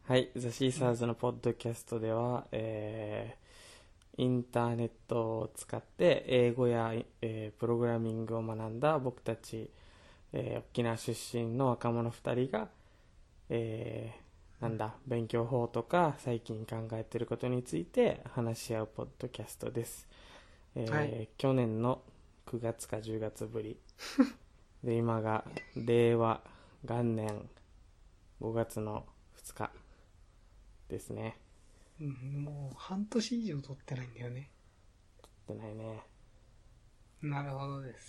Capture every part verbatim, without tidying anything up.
はい、ザ・シーサーズのポッドキャストでは、えーインターネットを使って英語や、えープログラミングを学んだ僕たち、えー沖縄出身の若者ふたりが、えーなんだ勉強法とか最近考えていることについて話し合うポッドキャストです。えーはい去年のくがつかじゅうがつぶりで、今が令和元年ごがつのふつかですね。 うん、もう半年以上撮ってないんだよね。 撮ってないね。 なるほどです。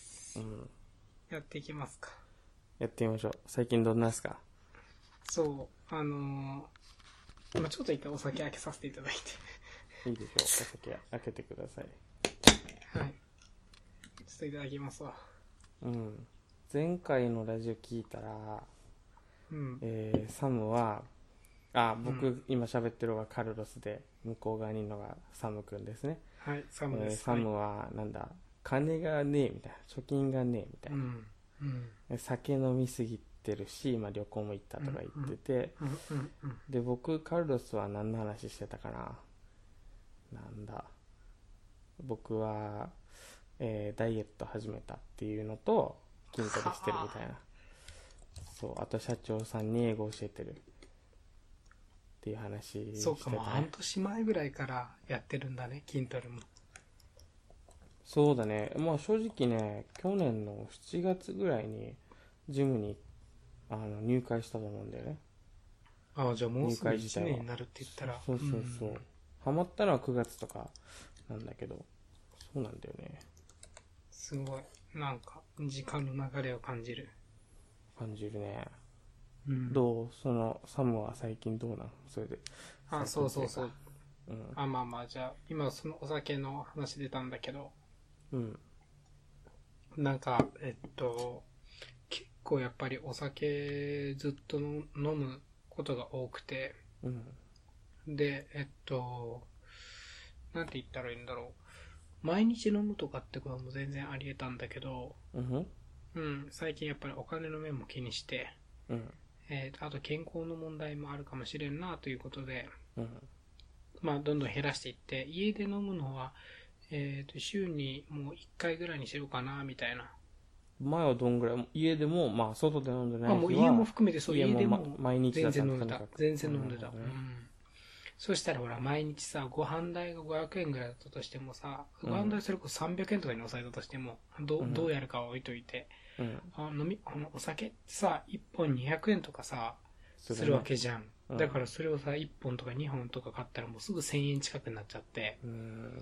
うん。 やっていきますか。 やってみましょう。最近どんなんすか？ そう、あのー、今ちょっと一回お酒開けさせていただいいいでしょう。お酒開けてください。 て。はい。ちょっといただきますわ。 うん。前回のラジオ聞いたら、 うん。 えーサムは、あ、僕、 うん今喋ってるのがカルロスで、向こう側にいるのがサムくんですね。 はい、サムです。 えーサムは、なんだ、金がねえみたいな、貯金がねえみたいな。 うん。うん。 酒飲みすぎてるし、まあ、旅行も行ったとか言ってて、 うん。うん。うん。 で、僕、カルロスは何の話してたかな。なんだ、僕は、えーダイエット始めたっていうのと、筋トレしてるみたいな。そう、あと社長さんに英語教えてるっていう話してた、ね。 そうか、もう半年前ぐらいからやってるんだね、筋トレも。 そうだね。まあ正直ね、去年のしちがつぐらいにジムにあの入会したと思うんだよね。 ああ、じゃあもう入すぐ1 会自体は。 年になるって言ったら。 そうそうそう。 んハマったのはくがつとかなんだけど、そうなんだよね。 すごい。なんか、時間の流れを感じる。 感じるね。 うん。 どうその、サムは最近どうなんそれで。 あ、そうそうそう。 うん。 あ、まあまあ、じゃあ、今そのお酒の話出たんだけど、 うん。 なんか、えっと、結構やっぱりお酒ずっとの飲むことが多くて、 うん。 で、えっと、なんて言ったらいいんだろう。毎日飲むとかってことも全然あり得たんだけど、 うん。 うん、最近やっぱりお金の面も気にして、 うん。 えー、あと健康の問題もあるかもしれんなということで、 うん。 まあ、どんどん減らしていって、家で飲むのは、えーと、週にもういっかいぐらいにしようかな、みたいな。 前はどんぐらい家でも、まあ外で飲んでない日は、 まあもう家も含めてそう、 家も、 家でもま、毎日だ全った然飲んでた。全然飲んでた。うん。そしたらほら、毎日さ、ご飯代がごひゃくえんぐらいだったとしてもさ、 うん、 ご飯代それこそさんびゃくえんとかに抑えたとしても、どう、どうやるかは置いといて、 うん、 あ飲み、あの、お酒ってさ、いっぽんにひゃくえんとかさ、するわけじゃん。 うん、 だからそれをさ、いっぽんとかにほんとか買ったらもうすぐせんえん近くになっちゃって、 うん、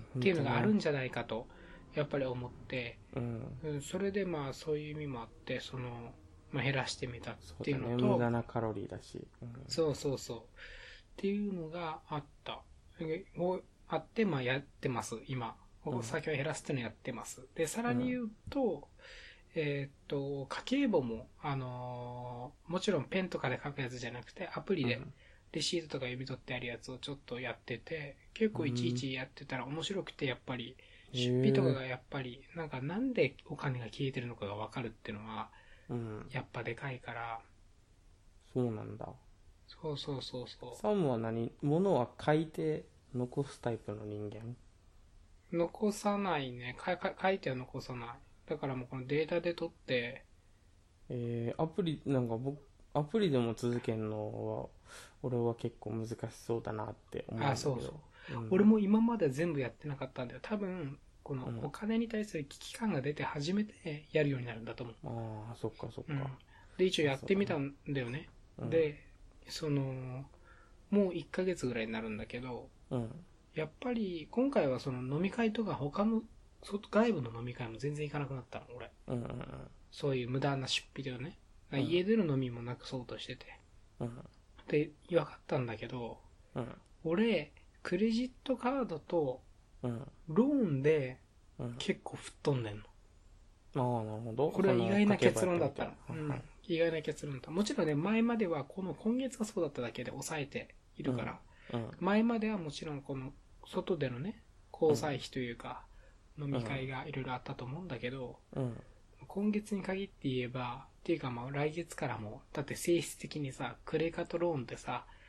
っていうのがあるんじゃないかと、やっぱり思って、 うん、 うん、それでまあそういう意味もあって、その、まあ、減らしてみたっていうのと、 そうだね、無駄なカロリーだし、 うん、そうそうそう。っていうのがあった。をあって、まあやってます、今。お酒を減らすっていうのをやってます。で、さらに言うと、うん、えー、っと、家計簿も、あのー、もちろんペンとかで書くやつじゃなくて、アプリでレシートとか読み取ってあるやつをちょっとやってて、結構いちいちやってたら面白くて、やっぱり、出費とかがやっぱり、なんかなんでお金が消えてるのかがわかるっていうのは、やっぱでかいから。 そうなんだ。 そうそうそうそう。 サムは何物は書いて残すタイプの人間？ 残さないね。かか書いては残さない。だからもうこのデータで取って、 えー、アプリ、なんか僕、アプリでも続けるのは、俺は結構難しそうだなって思うんだけど。 あ、そうそう。 うん、 俺も今まで全部やってなかったんだよ。多分、このお金に対する危機感が出て初めてやるようになるんだと思う。 うん、ああ、そっかそっか、 うん。で、一応やってみたんだよね。 うん、 で、その、もういっかげつぐらいになるんだけど、 うん、 やっぱり今回はその飲み会とか他の外部の飲み会も全然行かなくなったの、俺。 うんうんうん、 そういう無駄な出費ではね。家での飲みもなくそうとしてて。 うん、 で、分かったんだけど、 うん、 俺、クレジットカードとうん、 ローンで結構吹っ飛んでんの。 ああ、なるほど。 これは意外な結論だったの。 うん、 意外な結論だった。もちろんね、前まではこの今月がそうだっただけで抑えているから、うんうん、前まではもちろんこの外でのね、交際費というか、飲み会がいろいろあったと思うんだけど、うん、今月に限って言えば、っていうかまあ来月からも、だって性質的にさ、クレカとローンってさ、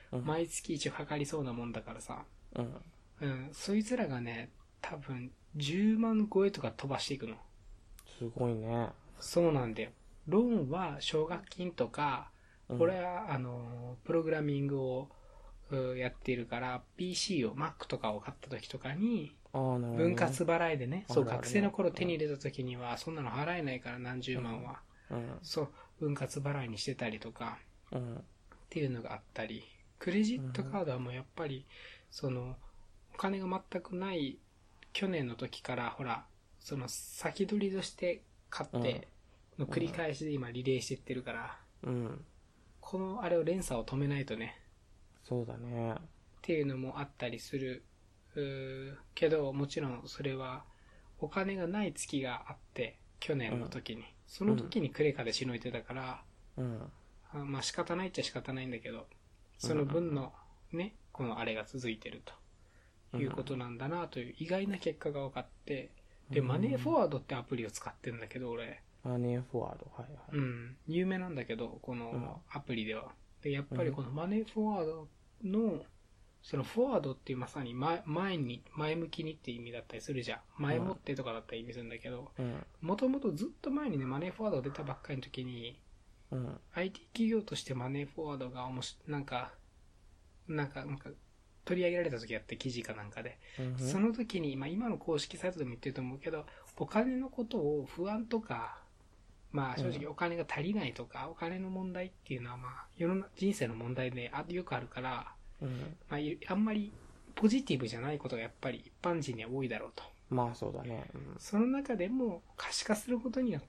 うん、 毎月一応かかりそうなもんだからさ、 うん。 うん、そいつらがね、多分じゅうまん超えとか飛ばしていくの。 すごいね。 そうなんだよ。ローンは奨学金とか、 うん。 俺は、あの、プログラミングをうやっているから、ピーシー を Mac とかを買った時とかに、 ああ、なるほどね。 分割払いでね、そう、 あるあるね。 学生の頃手に入れた時には、そんなの払えないから何十万は。 うん。 そう、分割払いにしてたりとか、 うん。 っていうのがあったり、クレジットカードはもうやっぱり、その、お金が全くない去年の時から、ほら、その先取りとして買っての繰り返しで今リレーしていってるから、 うん。 このあれを連鎖を止めないとね、 そうだね。 っていうのもあったりする。うーけど、もちろんそれはお金がない月があって、去年の時に。その時にクレカでしのいでたから、 うん。 あまあ仕方ないっちゃ仕方ないんだけど、その分のね、このあれが続いてるということなんだなという意外な結果が分かって、で、マネーフォワードってアプリを使ってるんだけど、俺。 マネーフォワード、はいはい。 うん。有名なんだけど、このアプリでは。で、やっぱりこのマネーフォワードの、そのフォワードっていうまさに前前に、前向きにっていう意味だったりするじゃん。前もってとかだったり意味するんだけど、もともとずっと前にね、マネーフォワードが出たばっかりの時に、 うん。 アイティー 企業としてマネーフォワードがおもし、なんか、なんか、なんか、取り上げられた時あって記事かなんかで、 うん。 その時に、まあ今の公式サイトでも言ってると思うけど、お金のことを不安とか、まあ正直お金が足りないとか、お金の問題っていうのはまあ世の人生の問題であよくあるから、 うん。 まああんまりポジティブじゃないことがやっぱり一般人には多いだろうと。 まあそうだね。 その中でも可視化することによって、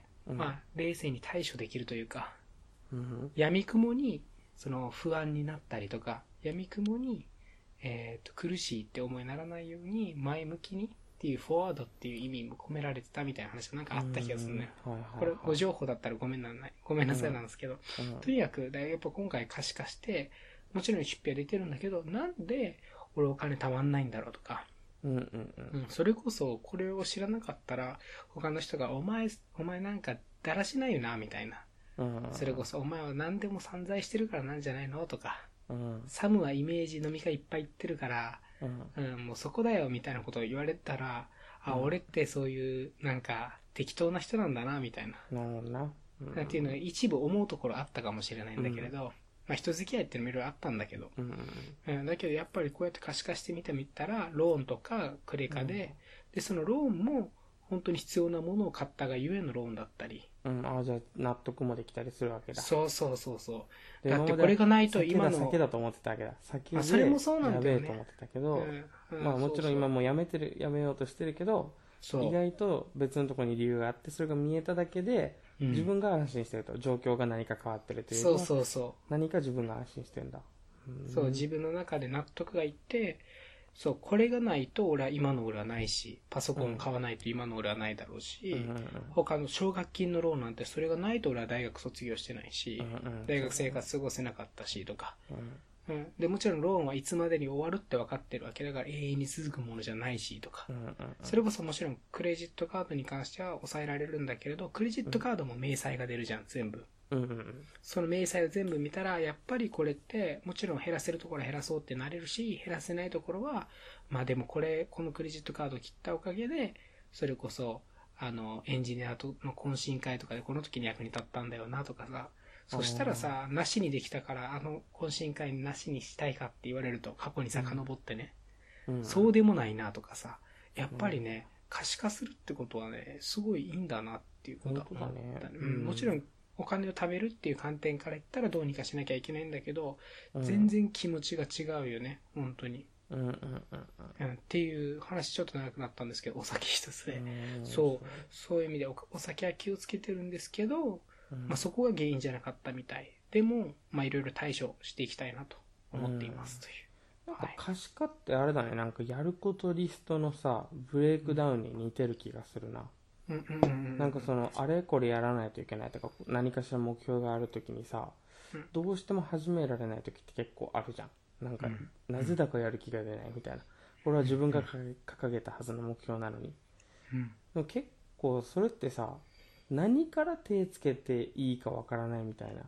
うん。 まあ冷静に対処できるというか、 うん。 闇雲にその不安になったりとか、闇雲に、えー、と苦しいって思いにならないように前向きにっていうフォワードっていう意味も込められてたみたいな話がなんかあった気がするね。 はいはいはい、 これご情報だったらごめんなさい。ごめんなさいなんですけど、 うん、 とにかくやっぱ今回可視化して、もちろん出費は出てるんだけど、なんで俺お金たまんないんだろうとか、 うんうんうん、 うん、それこそこれを知らなかったら他の人がお前お前なんかだらしないよなみたいな、 うん、 それこそお前は何でも散財してるからなんじゃないのとか、 うん、 サムはイメージ飲み会いっぱい行ってるから、 うんうん、もうそこだよみたいなことを言われたら、あ、俺ってそういうなんか適当な人なんだなみたいな、 なるほどな、 うん、っていうのが一部思うところあったかもしれないんだけれど、うん、まあ人付き合いっていうのもいろいろあったんだけど、 うんうん、だけどやっぱりこうやって可視化してみてみたら、ローンとかクレカで、うん、でそのローンも本当に必要なものを買ったがゆえのローンだったり、 うん、ああ、じゃあ納得もできたりするわけだ。 そうそうそうそう。だってこれがないと今の。 先だと思ってたわけだ。先でそれもそうなんだよね。 やべえと思ってたけど、 うんうん、 まあもちろん今もうやめてる、やめようとしてるけど、意外と別のところに理由があって、それが見えただけで、うん、自分が安心してると、状況が何か変わってるというか、 そうそうそう。 何か自分が安心してるんだ。 うん、そう、自分の中で納得がいって、そう、これがないと俺は今の俺はないし、パソコン買わないと今の俺はないだろうし、うんうんうん、他の奨学金のローンなんてそれがないと俺は大学卒業してないし、うんうん、大学生活過ごせなかったしとか、うんうん、でもちろんローンはいつまでに終わるって分かってるわけだから永遠に続くものじゃないしとか、うんうんうん、それこそもちろんクレジットカードに関しては抑えられるんだけれど、クレジットカードも明細が出るじゃん、全部。うんうんうん、その明細を全部見たらやっぱりこれってもちろん減らせるところは減らそうってなれるし、減らせないところはまあでもこれこのクレジットカードを切ったおかげでそれこそあのエンジニアとの懇親会とかでこの時に役に立ったんだよなとかさ、そしたらさなしにできたからあの懇親会になしにしたいかって言われると過去に遡ってね、うん、そうでもないなとかさ、やっぱりね、うん、可視化するってことはねすごいいいんだなっていうことだったね、うん、もちろんお金を貯めるっていう観点から言ったらどうにかしなきゃいけないんだけど、うん、全然気持ちが違うよね、本当に。うんうんうんうん、っていう話ちょっと長くなったんですけど、お酒一つで、うん、そうそういう意味で お, お酒は気をつけてるんですけど、うん、まあ、そこが原因じゃなかったみたいでも、まあいろいろ対処していきたいなと思っていますという。 うん、なんか可視化ってあれだね、なんかやることリストのさブレイクダウンに似てる気がするな。うんうんうん、なんかそのあれこれやらないといけないとか何かしら目標があるときにさ、うん、どうしても始められないときって結構あるじゃん。なんか、うん、なぜだかやる気が出ないみたいな、これは自分が掲げたはずの目標なのに、うん、でも結構それってさ何から手つけていいかわからないみたいな、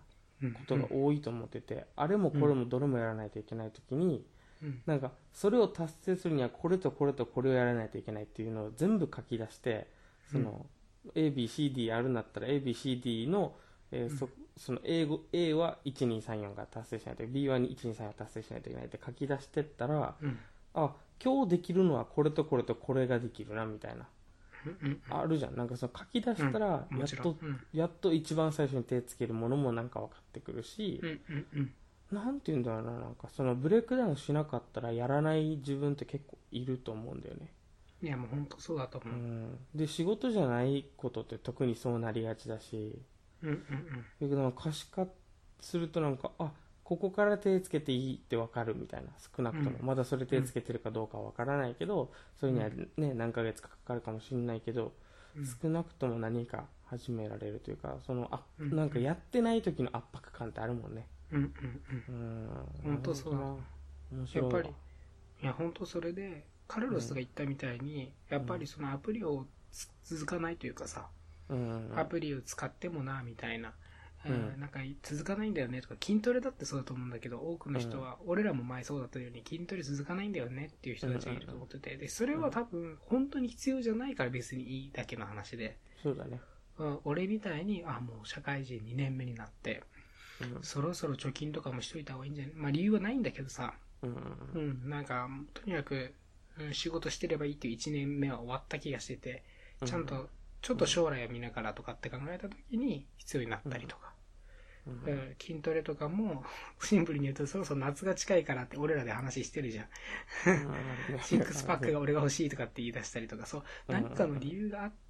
ことが多いと思ってて、あれもこれもどれもやらないといけないときに、 うん、 なんかそれを達成するにはこれとこれとこれをやらないといけないっていうのを全部書き出して、その、うん、エービーシーディー やるんだったら エービーシーディー の、えーうん、そ, その英語 A はいちにさんよんが達成しないと B はいちにさんよんが達成しないといけないって書き出してったら、うん、あ、今日できるのはこれとこれとこれができるなみたいな、うんうん、あるじゃん。なんかその書き出したらやっと、うん、やっと一番最初に手つけるものもなんか分かってくるし、うんうんうん、なんていうんだろうな、なんかそのブレイクダウンしなかったらやらない自分って結構いると思うんだよね。 いやもう本当そうだと思う、うん、 で仕事じゃないことって特にそうなりがちだし、うんうんうん、だけど可視化するとなんか、あ、ここから手つけていいって分かるみたいな、少なくとも、うん、まだそれ手つけてるかどうかは分からないけど、うん、それにはね何ヶ月かかかるかもしれないけど、うん、少なくとも何か始められるというか、そのあ、うんうん、なんかやってない時の圧迫感ってあるもんね。うんうんうん。本当そうだ。面白い。やっぱり、いや本当それで、カルロスが言ったみたいに、うん、やっぱりそのアプリを続かないというかさ、うんうん、アプリを使ってもな、みたいな、うん、なんか続かないんだよねとか、筋トレだってそうだと思うんだけど、多くの人は、うん、俺らも前そうだったように筋トレ続かないんだよねっていう人たちがいると思ってて、で、それは多分本当に必要じゃないから別にいいだけの話で、 そうだね。 うん、俺みたいに、あ、もう社会人にねんめになって、うん、そろそろ貯金とかもしといた方がいいんじゃない？まあ理由はないんだけどさ、うん、うん、なんか、とにかく、うん、仕事してればいいっていういちねんめは終わった気がしてて、ちゃんと、ちょっと将来を見ながらとかって考えたときに必要になったりとか、うんうん、筋トレとかも、シンプルに言うとそろそろ夏が近いからって俺らで話してるじゃん。シックスパックが俺が欲しいとかって言い出したりとか、そう、何かの理由があって、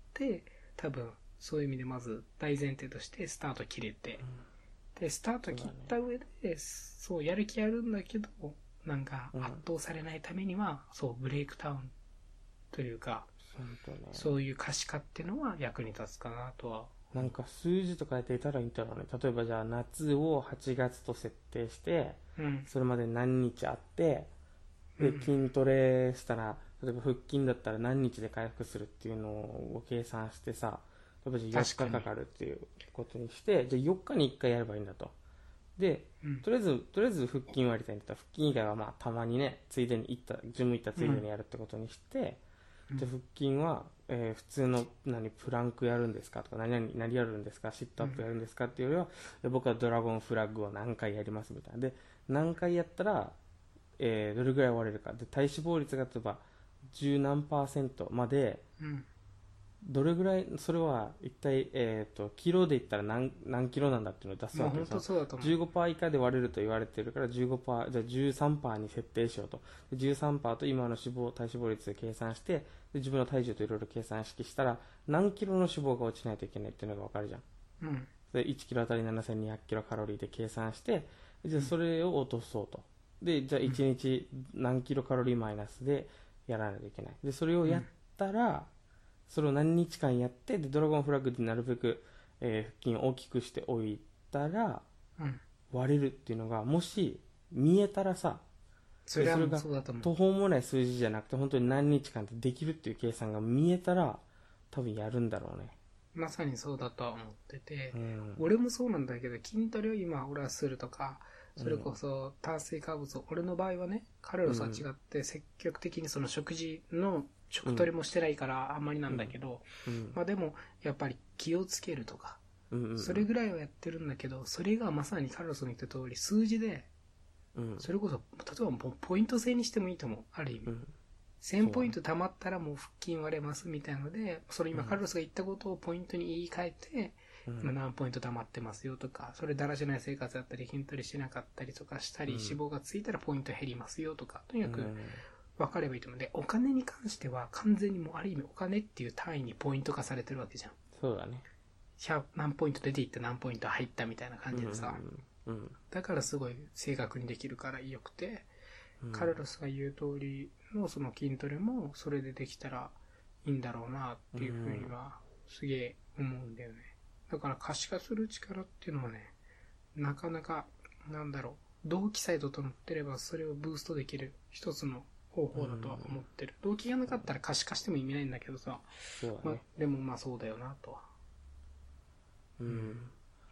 多分、そういう意味でまず大前提としてスタート切れて、で、スタート切った上で、そう、やる気あるんだけど、なんか圧倒されないためには、そう、ブレイクダウンというか、そういう可視化っていうのは役に立つかなとは。 なんか数字とかやっていたらいいんだろうね。例えばじゃあ夏をはちがつと設定して、うん、それまで何日あって、で、筋トレしたら、例えば腹筋だったら何日で回復するっていうのを計算してさ、例えばよっかかかるっていうことにして、じゃあよっかにいっかいやればいいんだと。で、うん、とりあえず、とりあえず腹筋をやりたいんだったら、腹筋以外はまあたまにね、ついでに行った、ジム行ったついでにやるってことにして、うん、で、腹筋は、えー、普通の何、プランクやるんですかとか、何々、何やるんですか、シットアップやるんですかっていうよりは、うん、僕はドラゴンフラッグを何回やりますみたいな。で、何回やったら、えー、どれぐらい割れるか。で、体脂肪率が例えば、十何パーセントまで、うんどれぐらい、それは一体、えっ、ー、と、キロで言ったら何、何キロなんだっていうのを出すわけですよ。 そうだと思う。 じゅうごパーセント以下で割れると言われてるから、じゅうごパーセント、じゃあじゅうさんパーセントに設定しようと。じゅうさんパーセントと今の脂肪、体脂肪率で計算して、で自分の体重といろいろ計算式したら、何キロの脂肪が落ちないといけないっていうのがわかるじゃん。うん。で、いちキロあたりななせんにひゃくキロカロリーで計算して、じゃあそれを落とそうと。で、じゃあいちにち何キロカロリーマイナスでやらないといけない。で、それをやったら、うんそれを何日間やって、で、ドラゴンフラッグでなるべく、えー、腹筋を大きくしておいたら、うん、割れるっていうのが、もし見えたらさ、 それはそうだと思う。 途方もない数字じゃなくて、本当に何日間でできるっていう計算が見えたら、多分やるんだろうね。 まさにそうだとは思ってて、うん、俺もそうなんだけど、筋トレを今俺はするとか、それこそ炭水化物を、俺の場合はね、カルロスは違って積極的にその食事の食トレもしてないからあんまりなんだけど、うんうん、まあでもやっぱり気をつけるとか、うんうん、それぐらいはやってるんだけど、それがまさにカルロスの言った通り数字で、うん、それこそ例えばポイント制にしてもいいと思う、ある意味、うん、せんポイント貯まったらもう腹筋割れますみたいなので、それ今カルロスが言ったことをポイントに言い換えて、今何ポイント貯まってますよとか、それだらしない生活だったり筋トレしなかったりとかしたり、脂肪がついたらポイント減りますよとか、とにかく分かればいいと思う。で、お金に関しては完全にもうある意味お金っていう単位にポイント化されてるわけじゃん。 そうだね。 ひゃく何ポイント出ていって何ポイント入ったみたいな感じでさ、うんうんうん、だからすごい正確にできるから良くて、うん、カルロスが言う通りのその筋トレもそれでできたらいいんだろうなっていうふうにはすげえ思うんだよね。だから可視化する力っていうのはね、なかなかなんだろう、動機さえ整ってればそれをブーストできる一つの方法だとは思ってる。動機がなかったら可視化しても意味ないんだけどさ、そうだね、ま、でもまあそうだよなとは。 うん。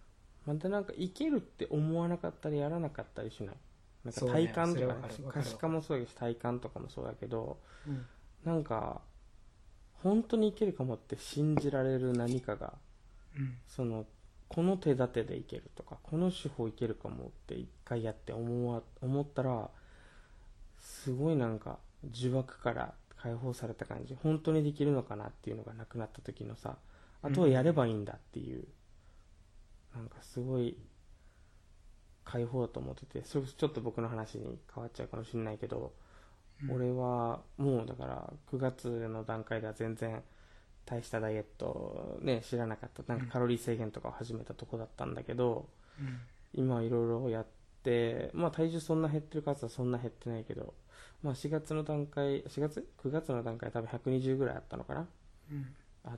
またなんかいけるって思わなかったりやらなかったりしない？なんかそうね体感とかね、 それわかるわかる可視化もそうだし体感とかもそうだけど、 うんなんか本当にいけるかもって信じられる何かが、 うんそのこの手立てでいけるとかこの手法いけるかもって一回やって思わ思ったらすごいなんか呪縛から解放された感じ。本当にできるのかなっていうのがなくなった時のさ、あとはやればいいんだっていう、なんかすごい解放だと思ってて、それちょっと僕の話に変わっちゃうかもしれないけど、 うん俺はもうだからくがつの段階では全然大したダイエットね知らなかった、なんかカロリー制限とかを始めたとこだったんだけど、 うん今いろいろやって、まあ体重そんな減ってる数はそんな減ってないけど、まあしがつの段階、しがつ ?く 月の段階多分ひゃくにじゅうぐらいあったのかな、 うんあって、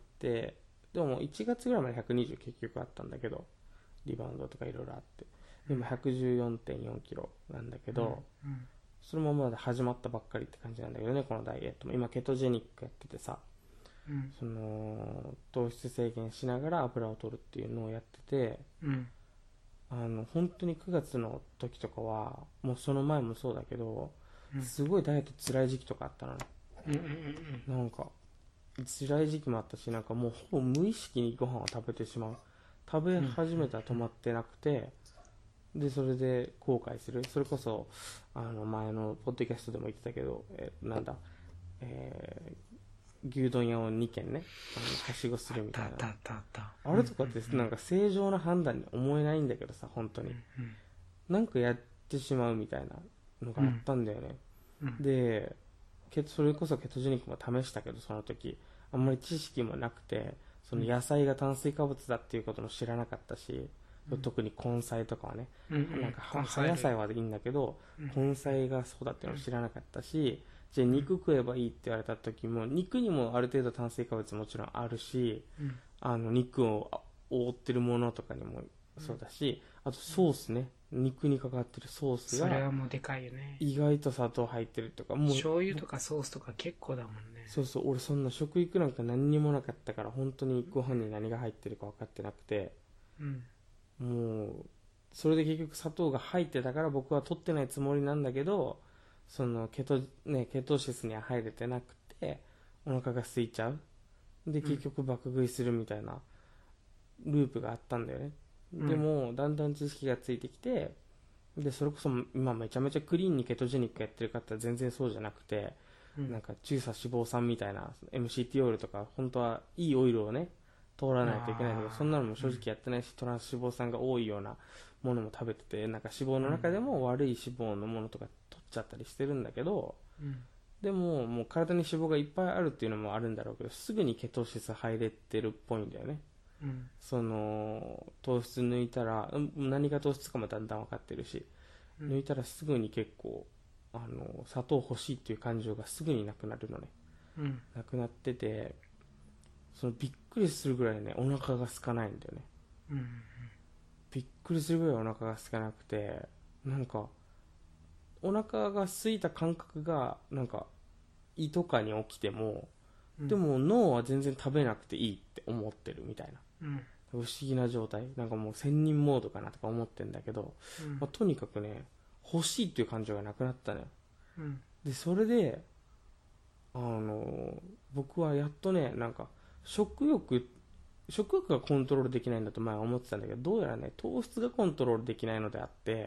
でもいちがつぐらいまでひゃくにじゅう結局あったんだけど、リバウンドとかいろいろあって、今 ひゃくじゅうよんてんよんキロなんだけど、 うんそれもまだ始まったばっかりって感じなんだけどね、このダイエットも。今ケトジェニックやっててさ、 うんその糖質制限しながら油を取るっていうのをやってて、 うんあの本当にくがつの時とかはもうその前もそうだけど、 うんすごいダイエット辛い時期とかあったのね。 うんうんなんか辛い時期もあったし、なんかもうほぼ無意識にご飯を食べてしまう。食べ始めたら止まってなくて、でそれで後悔する。それこそあの前のポッドキャストでも言ってたけど、えなんだ、えー、牛丼屋をにけんね、あのはしごするみたいな、 あったあったあったあれとかってなんか正常な判断に思えないんだけどさ、本当にうんなんかやってしまうみたいなのがあったんだよね、 うんでケそれこそケトジェニックも試したけど、その時あんまり知識もなくて、その野菜が炭水化物だっていうことも知らなかったし、 うん特に根菜とかはね、 うんなんか葉根菜類葉野菜はいいんだけど、 うん根菜がそうだっていうのを知らなかったし、じゃあ肉食えばいいって言われた時も、肉にもある程度炭水化物もちろんあるし、 うんあの肉を覆ってるものとかにもそうだし、あとソースね、肉にかかってるソースそれはがもうでかいよね。 意外と砂糖入ってるとか、もう醤油とかソースとか結構だもんね。 そうそう、俺そんな食育なんか何にもなかったから、本当にご飯に何が入ってるか分かってなくて、 うんもうそれで結局砂糖が入ってたから僕は取ってないつもりなんだけど、そのケト、ね、ケトシスには入れてなくてお腹が空いちゃうで、結局爆食いするみたいなループがあったんだよね、 うんでもだんだん知識がついてきて、でそれこそ今めちゃめちゃクリーンにケトジェニックやってる方は全然そうじゃなくて、 うんなんか中鎖脂肪酸みたいな エムシーティー オイルとか本当はいいオイルをね通らないといけないんだけど、 あーそんなのも正直やってないし、トランス脂肪酸が多いようなものも食べてて、なんか脂肪の中でも悪い脂肪のものとか取っちゃったりしてるんだけど、 うんでももう体に脂肪がいっぱいあるっていうのもあるんだろうけど、すぐにケトシス入れてるっぽいんだよね。 うんその糖質抜いたら、うん何が糖質かもだんだん分かってるし、 うん抜いたらすぐに結構あの砂糖欲しいっていう感情がすぐになくなるのね。 うんなくなってて、そのびっくりするぐらいねお腹が空かないんだよね。 うんびっくりするぐらいお腹が空かなくて、なんかお腹が空いた感覚がなんか胃とかに起きても、 うんでも脳は全然食べなくていいって思ってるみたいなうん不思議な状態、なんかもう仙人モードかなとか思ってんだけど、 うんまあ、とにかくね欲しいっていう感情がなくなったのよ。 うんでそれであの僕はやっとね、なんか食欲食欲がコントロールできないんだと前は思ってたんだけど、どうやらね糖質がコントロールできないのであって、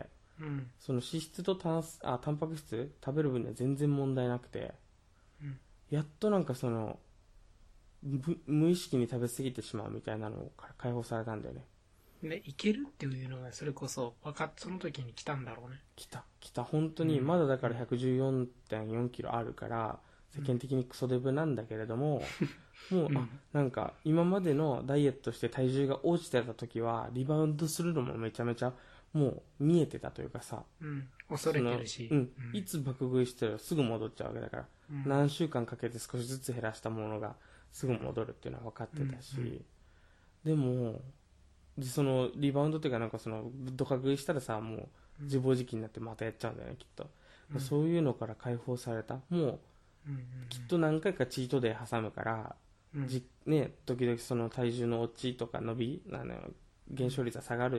うんその脂質と炭すあタンパク質食べる分には全然問題なくて、 うんやっとなんかその無無意識に食べ過ぎてしまうみたいなのから解放されたんだよね。 でいけるっていうのがそれこそ分かっその時に来たんだろうね。 来た来た本当に、 うんまだだからひゃくじゅうよんてんよんキロあるから世間的にクソデブなんだけれども、もう、 うんあなんか今までのダイエットして体重が落ちてた時はリバウンドするのもめちゃめちゃもう見えてたというかさ、 うん恐れてるし、 そのうんいつ爆食いしてるすぐ戻っちゃうわけだから、 うん何週間かけて少しずつ減らしたものがすぐ戻るっていうのは分かってたし、 うんうんでもでそのリバウンドっていうかなんかそのドカ食いしたらさ、もう自暴自棄になってまたやっちゃうんだよねきっと、 うんそういうのから解放された。もううんうんきっと何回かチートデー挟むから、 うんじね、時々その体重の落ちとか伸びあの減少率が下がる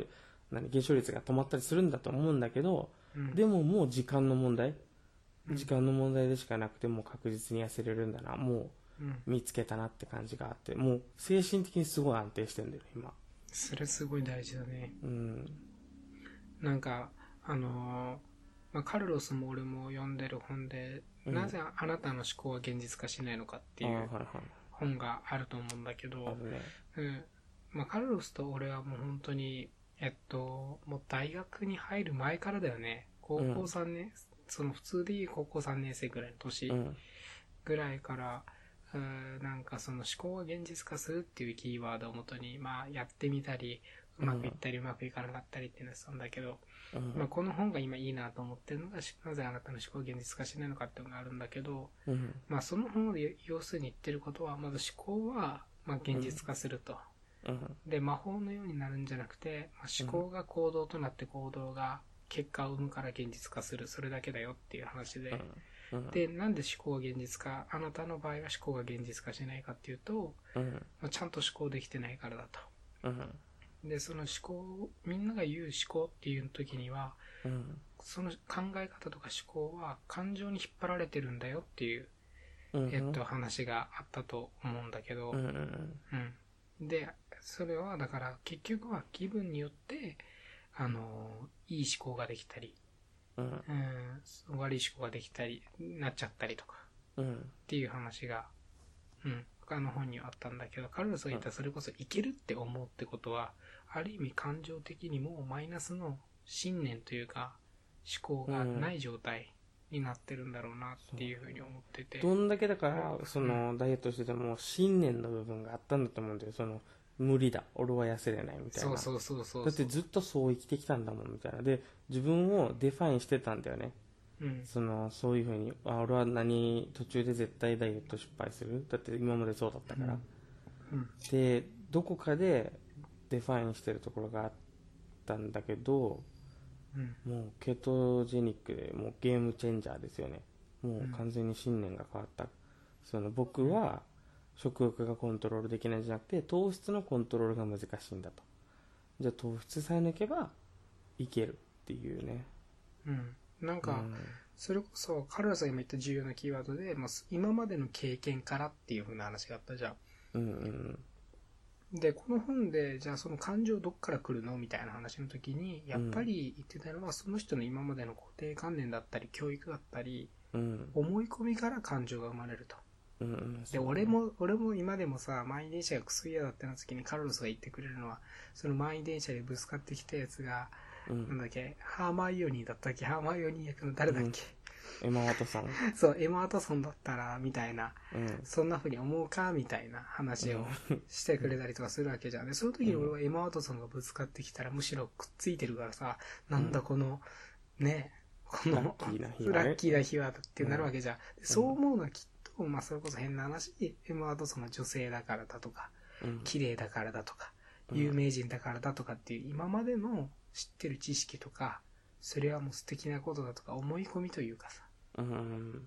何減少率が止まったりするんだと思うんだけど、 うん、 でももう時間の問題、 うん、 時間の問題でしかなくて、もう確実に痩せれるんだな、もう見つけたなって感じがあって、もう精神的にすごい安定してるんだよね今。 それすごい大事だね。 うん。 なんかあのーまあ、カルロスも俺も読んでる本で、うん、なぜあなたの思考は現実化しないのかっていう本があると思うんだけど、 ね、 うんまあ、カルロスと俺はもう本当にえっともう大学に入る前からだよね。高校さんねん、うん、その普通でいい高校さんねん生ぐらいの年ぐらいから、うん、なんかその思考は現実化するっていうキーワードをもとに、まあ、やってみたりうまくいったりうまくいかなかったりっていうのをしたんだけど、うんまあ、この本が今いいなと思ってるのがなぜあなたの思考を現実化しないのかっていうのがあるんだけど、うんまあ、その本で要するに言ってることはまず思考はまあ現実化すると、うん、で魔法のようになるんじゃなくて、まあ、思考が行動となって行動が結果を生むから現実化する、それだけだよっていう話で、うん、でなんで思考が現実化、あなたの場合は思考が現実化しないかっていうと、うんまあ、ちゃんと思考できてないからだと、うんでその思考、みんなが言う思考っていう時には、うん、その考え方とか思考は感情に引っ張られてるんだよっていう、うん、えっと、話があったと思うんだけど、うんうん、でそれはだから結局は気分によってあのいい思考ができたり、うんうん、悪い思考ができたりなっちゃったりとか、うん、っていう話が、うん、他の本にはあったんだけど、カルロスが言ったそれこそいけるって思うってことはある意味感情的にもマイナスの信念というか思考がない状態になってるんだろうなっていうふうに思ってて、 どんだけだからそのダイエットしてても信念の部分があったんだと思うんだよ。その無理だ、俺は痩せれないみたいな。 そうそうそうそう、 だってずっとそう生きてきたんだもんみたいな。で自分をデファインしてたんだよね、うん、そのそういうふうに、あ俺は何途中で絶対ダイエット失敗する、だって今までそうだったから、うんうん、でどこかでデファインしてるところがあったんだけど、うん、もうケトジェニックでもうゲームチェンジャーですよね。もう完全に信念が変わった、うん、その僕は食欲がコントロールできないんじゃなくて糖質のコントロールが難しいんだと。じゃあ糖質さえ抜けばいけるっていうね。 うんなんか、うん、それこそカルロスが今言った重要なキーワードで、まあ、今までの経験からっていう風な話があったじゃん。うんうんでこの本でじゃあその感情どっから来るのみたいな話の時にやっぱり言ってたのは、その人の今までの固定観念だったり教育だったり、うん、思い込みから感情が生まれると、うんうん、で俺も俺も今でもさ満員電車がクソ嫌だってな時にカルロスが言ってくれるのは、その満員電車でぶつかってきたやつが、うん、なんだっけハーマイオニーだったっけ、ハーマイオニー役の誰だっけ、 うん、エマ・ワトソンそうエマ・ワトソンだったらみたいな、うん、そんな風に思うかみたいな話をしてくれたりとかするわけじゃん。でその時に俺はエマ・ワトソンがぶつかってきたらむしろくっついてるからさ、うん、なんだこのねこのラッキーな日は、ね、ラッキーな日はってなるわけじゃん、うん、そう思うのはきっと、まあ、それこそ変な話、エマ・ワトソンが女性だからだとか、うん、綺麗だからだとか、有名人だからだとかっていう今までの知ってる知識とか、それはもう素敵なことだとか思い込みというかさ、うん、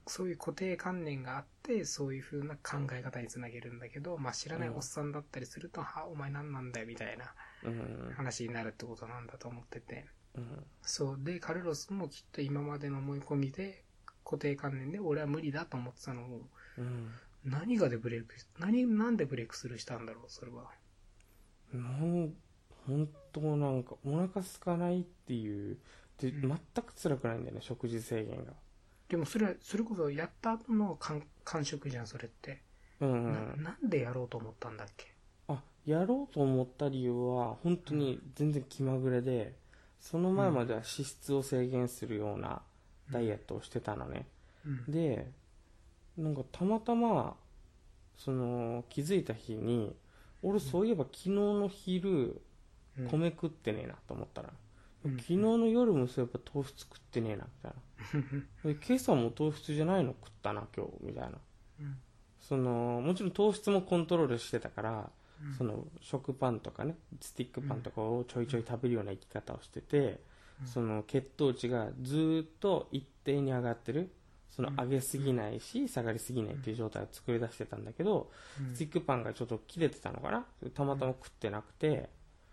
そういう固定観念があってそういう風な考え方につなげるんだけど、まあ、知らないおっさんだったりすると、うん、はお前何なんだよみたいな話になるってことなんだと思ってて、うん、そうでカルロスもきっと今までの思い込みで固定観念で俺は無理だと思ってたのを、うん、何がでブレイク何なんでブレイクスルーしたんだろう。それはもう本当なんかお腹空かないっていうで、うん、全く辛くないんだよね、食事制限が。 でもそれはそれこそやった後の感感触じゃんそれって、うんうん、な, なんでやろうと思ったんだっけ。 あやろうと思った理由は本当に全然気まぐれで、その前までは脂質を制限するようなダイエットをしてたのね、うん、でなんかたまたまその気づいた日に俺そういえば昨日の昼、うん、米食ってねえなと思ったら、うん、昨日の夜もそういえば糖質食ってねえなみたいなで今朝も糖質じゃないの食ったな今日みたいな、うん、そのもちろん糖質もコントロールしてたから、うん、その食パンとかねスティックパンとかをちょいちょい食べるような生き方をしてて、うん、その血糖値がずっと一定に上がってる、その上げすぎないし下がりすぎないっていう状態を作り出してたんだけど、うん、スティックパンがちょっと切れてたのかな、たまたま食ってなくて、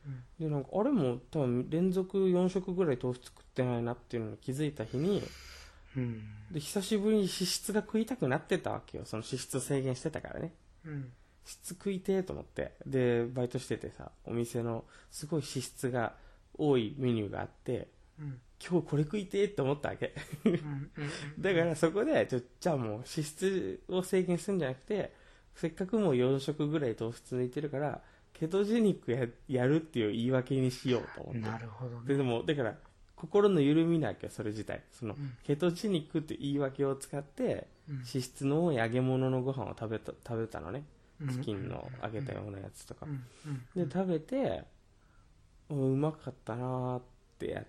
で、なんか、あれも多分連続よん食ぐらい糖質食ってないなっていうのに気づいた日に、 うん。 で、久しぶりに脂質が食いたくなってたわけよ。その脂質を制限してたからね。 うん。 脂質食いてーと思って。で、バイトしててさ、お店のすごい脂質が多いメニューがあって、 うん。 今日これ食いてーって思ったわけ。 うん。うん。 だからそこで、ちょ、じゃあもう脂質を制限するんじゃなくて、せっかくもうよん食ぐらい糖質抜いてるから、ケトジェニック や, やるっていう言い訳にしようと思って。 なるほどね。 で、でも、だから、心の緩みなきゃ、それ自体。その、 うん、 ケトジェニックって言い訳を使って、 うん、 脂質の多い揚げ物のご飯を食べた、食べたのね。 うん、 チキンの揚げたようなやつとか。 うんうん、 で、食べて、うまかったなーってやって、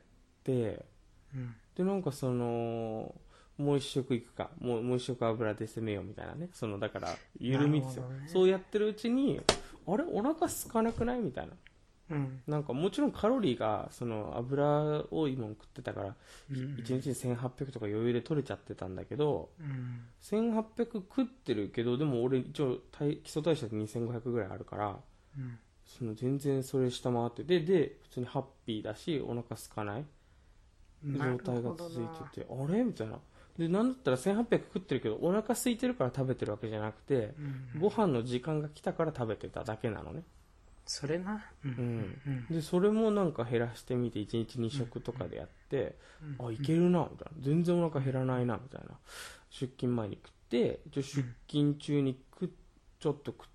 うん、 で、なんかその、もう一食いくか、もうもう一食油で攻めようみたいなね。その、だから、緩みですよ。ね、そうやってるうちに、あれお腹空かなくないみたいな。 うん、 なんかもちろんカロリーが、その油多いもん食ってたから、 うん、 いちにちにせんはっぴゃくとか余裕で取れちゃってたんだけど、 うん、 せんはっぴゃく食ってるけど、でも俺一応基礎代謝でにせんごひゃくぐらいあるから、 うん、 その全然それ下回ってて、で、普通にハッピーだし、お腹空かない状態が続いてて、あれみたいな。で、なんだったらせんはっぴゃく食ってるけど、お腹空いてるから食べてるわけじゃなくて、 うん、 ご飯の時間が来たから食べてただけなのね。 それな。 うん。うん、で、それもなんか減らしてみて、いちにちに食とかでやって、うん、あ、いけるな、みたいな。全然お腹減らないな、みたいな。出勤前に食って、出勤中に食ちょっと食って、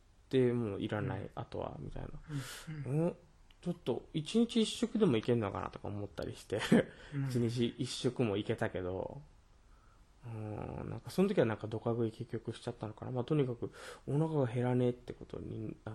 もういらない、うん、あとは、みたいな。うん、うん、ちょっと、いちにちいっ食でもいけるのかなとか思ったりして、いちにちいっ食もいけたけど、うん、なんかその時はなんかドカ食い結局しちゃったのかな。まあ、とにかくお腹が減らねえってことになって、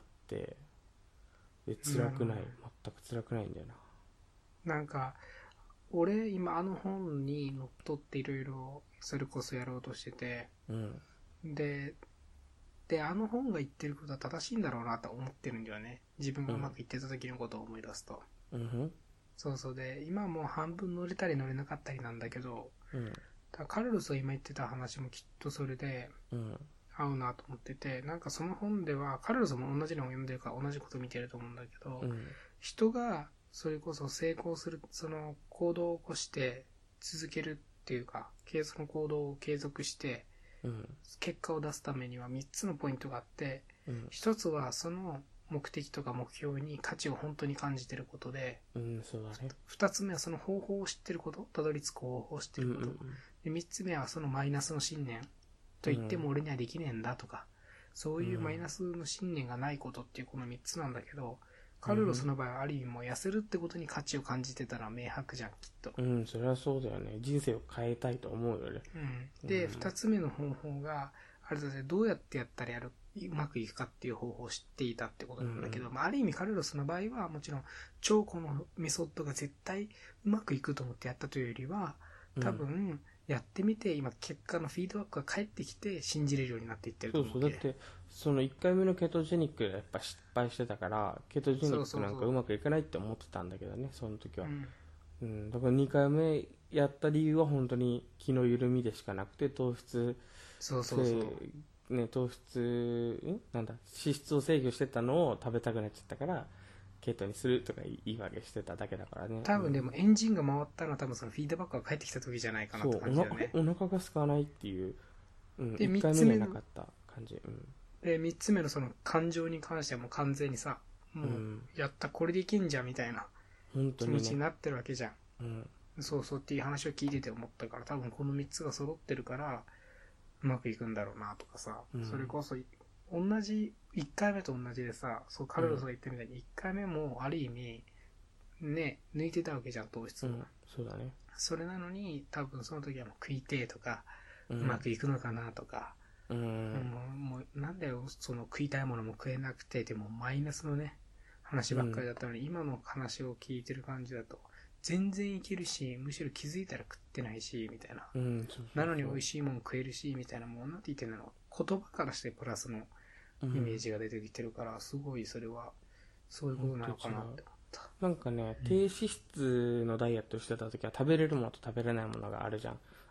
で辛くない、全く辛くないんだよな。なんか俺今あの本にのっとっていろいろそれこそやろうとしてて、 うん、 でであの本が言ってることは正しいんだろうなと思ってるんだよね。自分がうまくいってた時のことを思い出すと、 うん、 そうそう。で今はもう半分乗れたり乗れなかったりなんだけど、 うん、 だカルロスが今言ってた話もきっとそれで、うん合うなと思ってて、なんかその本ではカルロスも同じのを読んでるから同じこと見てると思うんだけど、うん、人がそれこそ成功するその行動を起こして続けるっていうか、その行動を継続して結果を出すためにはみっつのポイントがあって、うん、ひとつはその目的とか目標に価値を本当に感じてることで、 うん、そうだね。 ふたつめはその方法を知ってること、たどり着く方法を知ってること、うんうんうん、でみっつめはそのマイナスの信念と言っても俺にはできねえんだとか、そういうマイナスの信念がないことっていうこのみっつなんだけど、カルロスの場合はある意味もう痩せるってことに価値を感じてたら明白じゃん、きっと。 うん、それはそうだよね。人生を変えたいと思うよね。 うん、で、うん、ふたつめの方法があれだね、どうやってやったらやるうまくいくかっていう方法を知っていたってことなんだけど、うん、まあ、ある意味カルロスの場合はもちろん超このメソッドが絶対うまくいくと思ってやったというよりは、多分、うんやってみて今結果のフィードバックが返ってきて信じれるようになっていってると思う。 そうそう、だってそのいっかいめのケトジェニックでやっぱ失敗してたから、ケトジェニックなんかうまくいかないって思ってたんだけどね、その時は、うんうん、だからにかいめやった理由は本当に気の緩みでしかなくて、糖質そうそうそうね、糖質んなんだ脂質を制御してたのを食べたくなっちゃったからケトにするとか言い訳してただけだからね。 多分でもエンジンが回ったのは多分そのフィードバックが返ってきた時じゃないかなって感じだよね。 そう、お腹が空かないっていう、うん、でいっかいめにはなかった感じ、うん、 でみっつめのその感情に関してはもう完全にさ、もうやったこれでいけんじゃんみたいな気持ちになってるわけじゃん、うん、そうそうっていう話を聞いてて思ったから、多分このみっつが揃ってるからうまくいくんだろうなとかさ、うん、それこそ同じいっかいめと同じでさ、そうカルロスが言ったみたいにいっかいめもある意味ね抜いてたわけじゃん、糖質を、うん、 そうだね。 それなのに多分その時はもう食いてーとか、うん、うまくいくのかなとか、うん、もう、もうなんだよその食いたいものも食えなくてでもマイナスのね話ばっかりだったのに、うん、今の話を聞いてる感じだと全然いけるし、むしろ気づいたら食ってないしみたいな、うん、そうそうそう、なのに美味しいもん食えるしみたいな、もうなんて言ってんだろう、言葉からしてプラスのイメージが出てきてるから、うん、すごいそれはそういうことなのかなって思った。 なんかね、低脂質のダイエットしてた時は食べれるものと食べれないものがあるじゃん。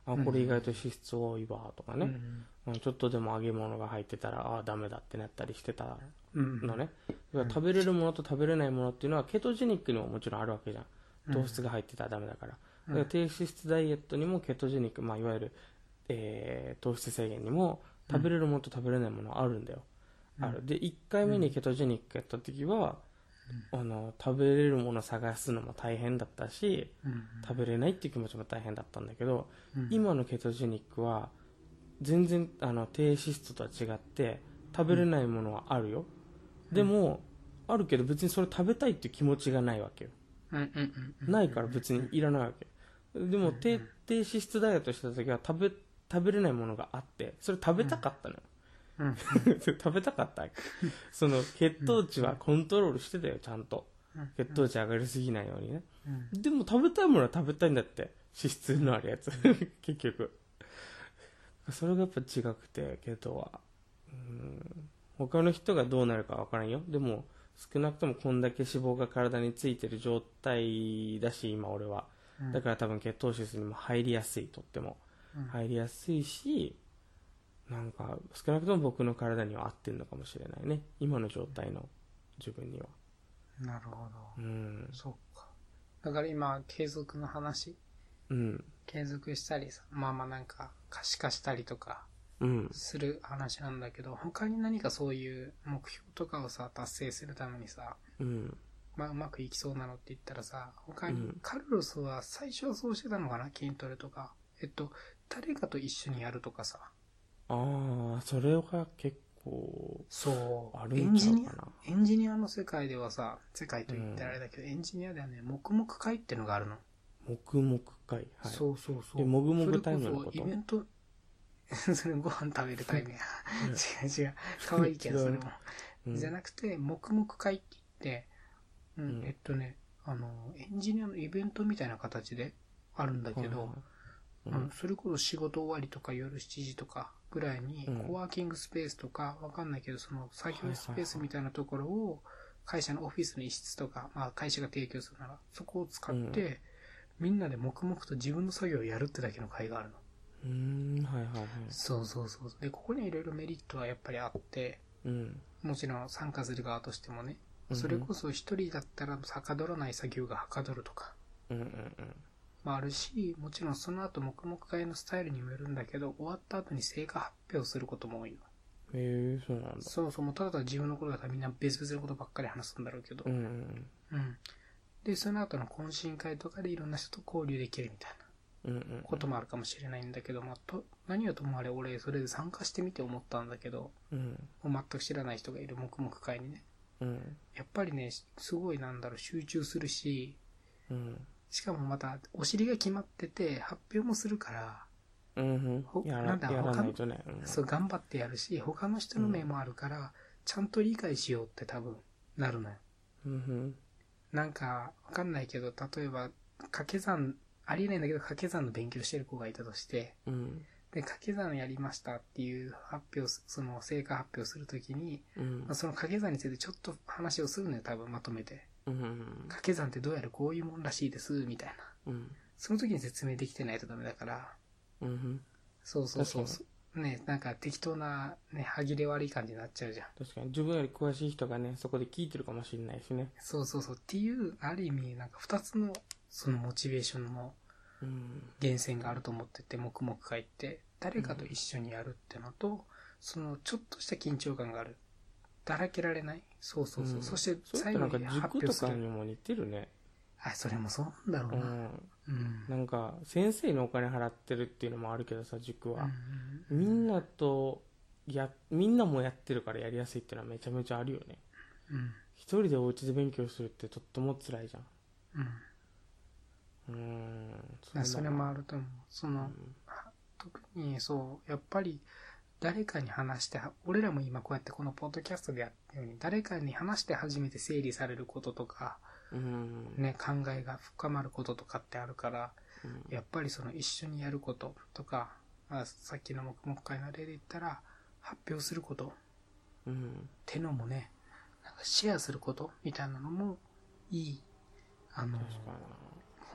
あ、これ意外と脂質多いわとかね、 うん、 ちょっとでも揚げ物が入ってたらあダメだってなったりしてたのね、 うん、 食べれるものと食べれないものっていうのはケトジェニックにももちろんあるわけじゃん。糖質が入ってたらダメだから、だから低脂質ダイエットにもケトジェニック、まあ、いわゆる、えー、糖質制限にも食べれるものと食べれないものあるんだよ、うん、ある。でいっかいめにケトジェニックやった時は、うん、あの食べれるものを探すのも大変だったし、うん、食べれないっていう気持ちも大変だったんだけど、うん、今のケトジェニックは全然あの低脂質とは違って食べれないものはあるよ、うん、でもあるけど別にそれ食べたいっていう気持ちがないわけよ、うんうんうんうん、ないから別にいらないわけ。でも低低脂質ダイエットした時は食べ食べれないものがあってそれ食べたかったのよ、うんうん、食べたかったその血糖値はコントロールしてたよちゃんと、血糖値上がりすぎないようにね、うん、でも食べたいものは食べたいんだって脂質のあるやつ結局それがやっぱ違くてケトはうん他の人がどうなるか分からんよ。でも少なくともこんだけ脂肪が体についてる状態だし今俺は、うん、だから多分血糖質にも入りやすい、とっても、うん、入りやすいしなんか少なくとも僕の体には合ってるのかもしれないね今の状態の自分には。 なるほど、 うん、 そうか。だから今継続の話、うん、継続したりさまあまあなんか可視化したりとかする話なんだけど、うん、他に何かそういう目標とかをさ達成するためにさ、うん、まあうまくいきそうなのって言ったらさ他に、うん、カルロスは最初はそうしてたのかな、筋トレとかえっと誰かと一緒にやるとかさ。 ああそれが結構そうあるんちゃうかな。 エンジニアの世界ではさ世界と言ったらあれだけど、うん、エンジニアではね黙々会ってのがあるの。 黙々会、はい、 そうそうそう。 でもぐもぐタイムのこと。 イベントそれご飯食べるタイムや違う違う可愛いけどそれも、うん、じゃなくて黙々会って言って、うんうん、えっとねあのエンジニアのイベントみたいな形であるんだけど、うんうん、それこそ仕事終わりとか夜しちじとかぐらいにコワーキングスペースとかわかんないけどその作業スペースみたいなところを会社のオフィスの一室とか、まあ、会社が提供するならそこを使って、うん、みんなで黙々と自分の作業をやるってだけの会があるの。 うーんはいはいはい。 そうそうそう。でここにはいろいろメリットはやっぱりあって、うん、もちろん参加する側としてもね、うん、それこそ一人だったらはかどらない作業がはかどるとか、うんうんうん、まああるし、もちろんその後黙々会のスタイルにもよるんだけど、終わった後に成果発表することも多いの。 へえそうなんだ。 そうそう、もうただただ自分のことだったらみんな別々のことばっかり話すんだろうけど、うんうんうん、でその後の懇親会とかでいろんな人と交流できるみたいな。こともあるかもしれないんだけど、まあ、と何はともあれ俺それで参加してみて思ったんだけど、うん、もう全く知らない人がいる黙々会にね、うん、やっぱりねすごいなんだろう集中するし、うん、しかもまたお尻が決まってて発表もするから、うんうん、やらなんだやらないとね、うん、そう頑張ってやるし他の人の目もあるから、うん、ちゃんと理解しようって多分なるのよ、うん、なんかわかんないけど例えば掛け算ありえないんだけど掛け算の勉強してる子がいたとして、うん、で掛け算やりましたっていう発表その成果発表するときに、うんまあ、その掛け算についてちょっと話をするのよ多分まとめて、うん、掛け算ってどうやらこういうもんらしいですみたいな、うん、その時に説明できてないとダメだから、うん、そうそうそうね、なんか適当なね歯切れ悪い感じになっちゃうじゃん。 確かに自分より詳しい人がねそこで聞いてるかもしれないしね。 そうそうそうっていうある意味なんかふたつのそのモチベーションの源泉があると思ってて、黙々会って誰かと一緒にやるってのと、うん、そのちょっとした緊張感がある、だらけられない、そうそうそう、うん、そして最後に発表する。 塾とかにも似てるね。 あ、それもそうなんだろうな、うんうん、なんか先生にお金払ってるっていうのもあるけどさ塾は、うん、みんなとやみんなもやってるからやりやすいっていうのはめちゃめちゃあるよね、うん、一人でお家で勉強するってとっても辛いじゃん。うんうーん そ, それもあると思う。その、うん、特にそうやっぱり誰かに話して俺らも今こうやってこのポッドキャストでやったように誰かに話して初めて整理されることとか、うんね、考えが深まることとかってあるから、うん、やっぱりその一緒にやることとか、まあ、さっきの黙々会の例で言ったら発表すること、うん、ってのもねなんかシェアすることみたいなのもいいあの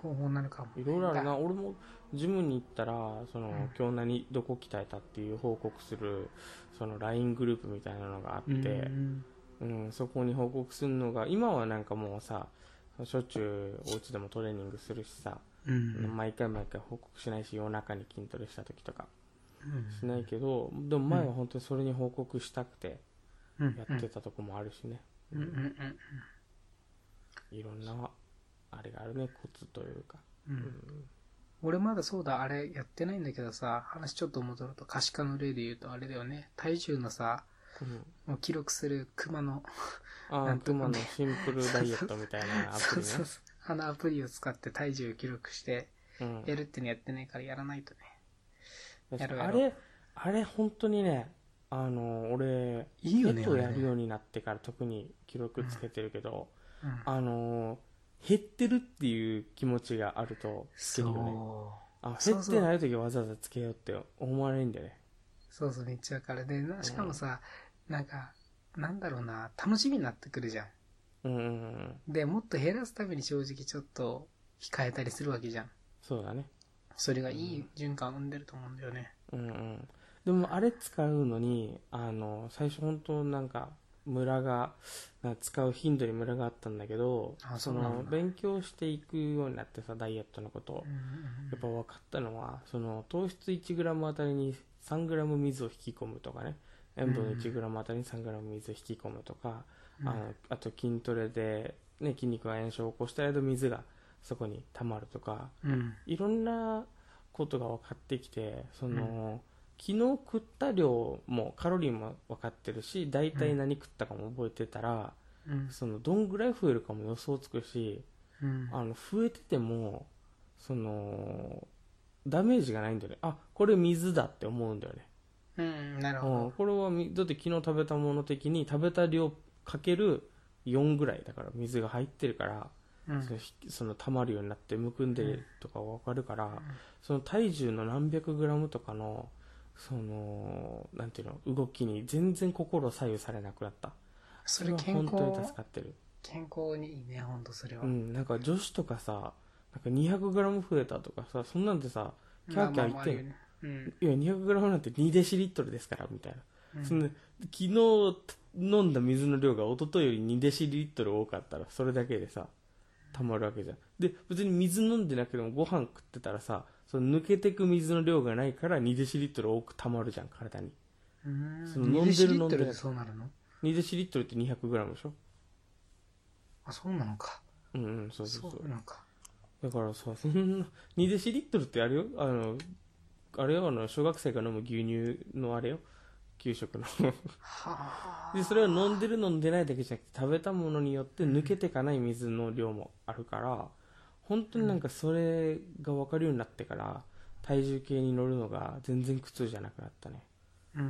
方法なのかも。 いろいろあるな。俺もジムに行ったら、その、うん、今日何、どこ鍛えたっていう報告する、その ライン グループみたいなのがあって、うんうん、そこに報告するのが、今はなんかもうさ、しょっちゅうお家でもトレーニングするしさ、うん、毎回毎回報告しないし、夜中に筋トレした時とか、しないけど、でも前は本当にそれに報告したくて、やってたとこもあるしね。うんうんうん、いろんな、あれがあるね、コツというか。うんうん、 俺まだそうだ、あれやってないんだけどさ、話ちょっと戻ると、可視化の例で言うとあれだよね、体重のさ、うん、記録する熊のああ、熊のシンプルダイエットみたいなアプリね。そうそうそう。 あのアプリを使って体重を記録してやるってのやってないからやらないとね。 うん、やるやるあれ、あれ本当にね、あの、俺、いいよね。手とやるようになってから特に記録つけてるけど、うんうん、あの、減ってるっていう気持ちがあるとつけるよね。あ、減ってない時わざわざつけようって思われるんだよね。 そうそう、めっちゃわかる。で、しかもさ、うん、なんか、なんだろうな、楽しみになってくるじゃん。うんうんうん。で、もっと減らすために正直ちょっと控えたりするわけじゃん。 そうだね。 それがいい循環を生んでると思うんだよね。 うんうん。でもあれ使うのに、あの、最初本当なんか、ムラが、使う頻度にムラがあったんだけど、あ、その、勉強していくようになってさ、ダイエットのことを。うんうんうん、やっぱ分かったのは、その、糖質 いちグラム あたりに さんグラム 水を引き込むとかね。塩分 いちグラム あたりに さんグラム 水を引き込むとか、うん、あの、あと筋トレで、ね、筋肉が炎症を起こした間水がそこに溜まるとか、うん、いろんなことが分かってきて、その、うん、昨日食った量もカロリーも分かってるし、大体何食ったかも覚えてたら、うん、そのどんぐらい増えるかも予想つくし、うん、あの増えててもそのダメージがないんだよね。あ、これ水だって思うんだよね。 うん、なるほど。うん、 これはだって昨日食べたもの的に食べた量かけるよんぐらいだから水が入ってるから、うん、そのその溜まるようになってむくんでるとか分かるから、うん、その体重の何百グラムとかのそのなんていうの動きに全然心左右されなくなった。 それ健康、 本当に助かってる。 健康にいいね、本当それは。 うん、なんか女子とかさ、なんか にひゃくグラム 増えたとかさ、そんなんでさ、キャーキャー言って、ね、うん、いや にひゃくグラム なんてにデシリットルですからみたいな。うん、その昨日飲んだ水の量が一昨日よりにデシリットル多かったらそれだけでさ、溜まるわけじゃん。で、別に水飲んでなくてもご飯食ってたらさ、その抜けてく水の量がないからにデシリットル多く溜まるじゃん、体に。 うーん、その飲んでる飲んでるでそうなるの？ にデシリットルって にひゃくグラム でしょ。 あ、そうなのか。 うんうん、そうそうそう。 そうなのか。 だからさ、そんな、にデシリットルってあれよ、あの、あれよ、あの、小学生が飲む牛乳のあれよ、給食の。はで、それは飲んでる飲んでないだけじゃなくて、食べたものによって抜けていかない水の量もあるから、本当になんかそれが分かるようになってから、体重計に乗るのが全然苦痛じゃなくなったね。うん、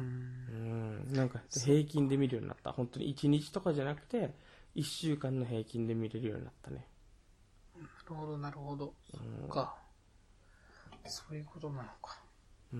うん、なんか平均で見るようになった。本当にいちにちとかじゃなくていっしゅうかんの平均で見れるようになったね。 なるほどなるほど、うん、そっか、そういうことなのか。うん、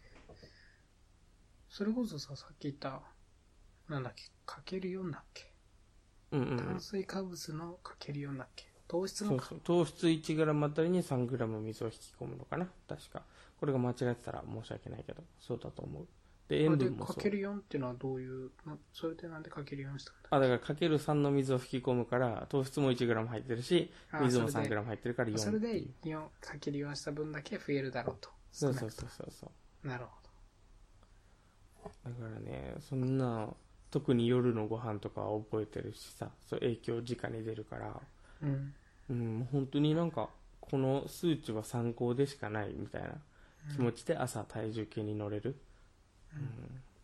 それこそさ、さっき言ったなんだっけ、かけるよんだっけ、うんうん、炭水化物のかけるよんだっけ、糖質のそうそう、糖質 いちグラム あたりに さんグラム 水を引き込むのかな、確か。これが間違ってたら申し訳ないけど、そうだと思う。で、塩分もそう。 かけるよんっていうのはどういう、それでなんでかけるよんしたんだ。 あ、だからかけるさんの水を引き込むから、糖質も いちグラム 入ってるし、水も さんグラム 入ってるからよん。 それでよんかけるよんした分だけ増えるだろうと。 そうそうそうそうそう。 なるほど。だからね、そんな、特に夜のご飯とかは覚えてるしさ、そう影響直に出るから、うん。うん、本当になんか、この数値は参考でしかないみたいな気持ちで朝体重計に乗れる。うん。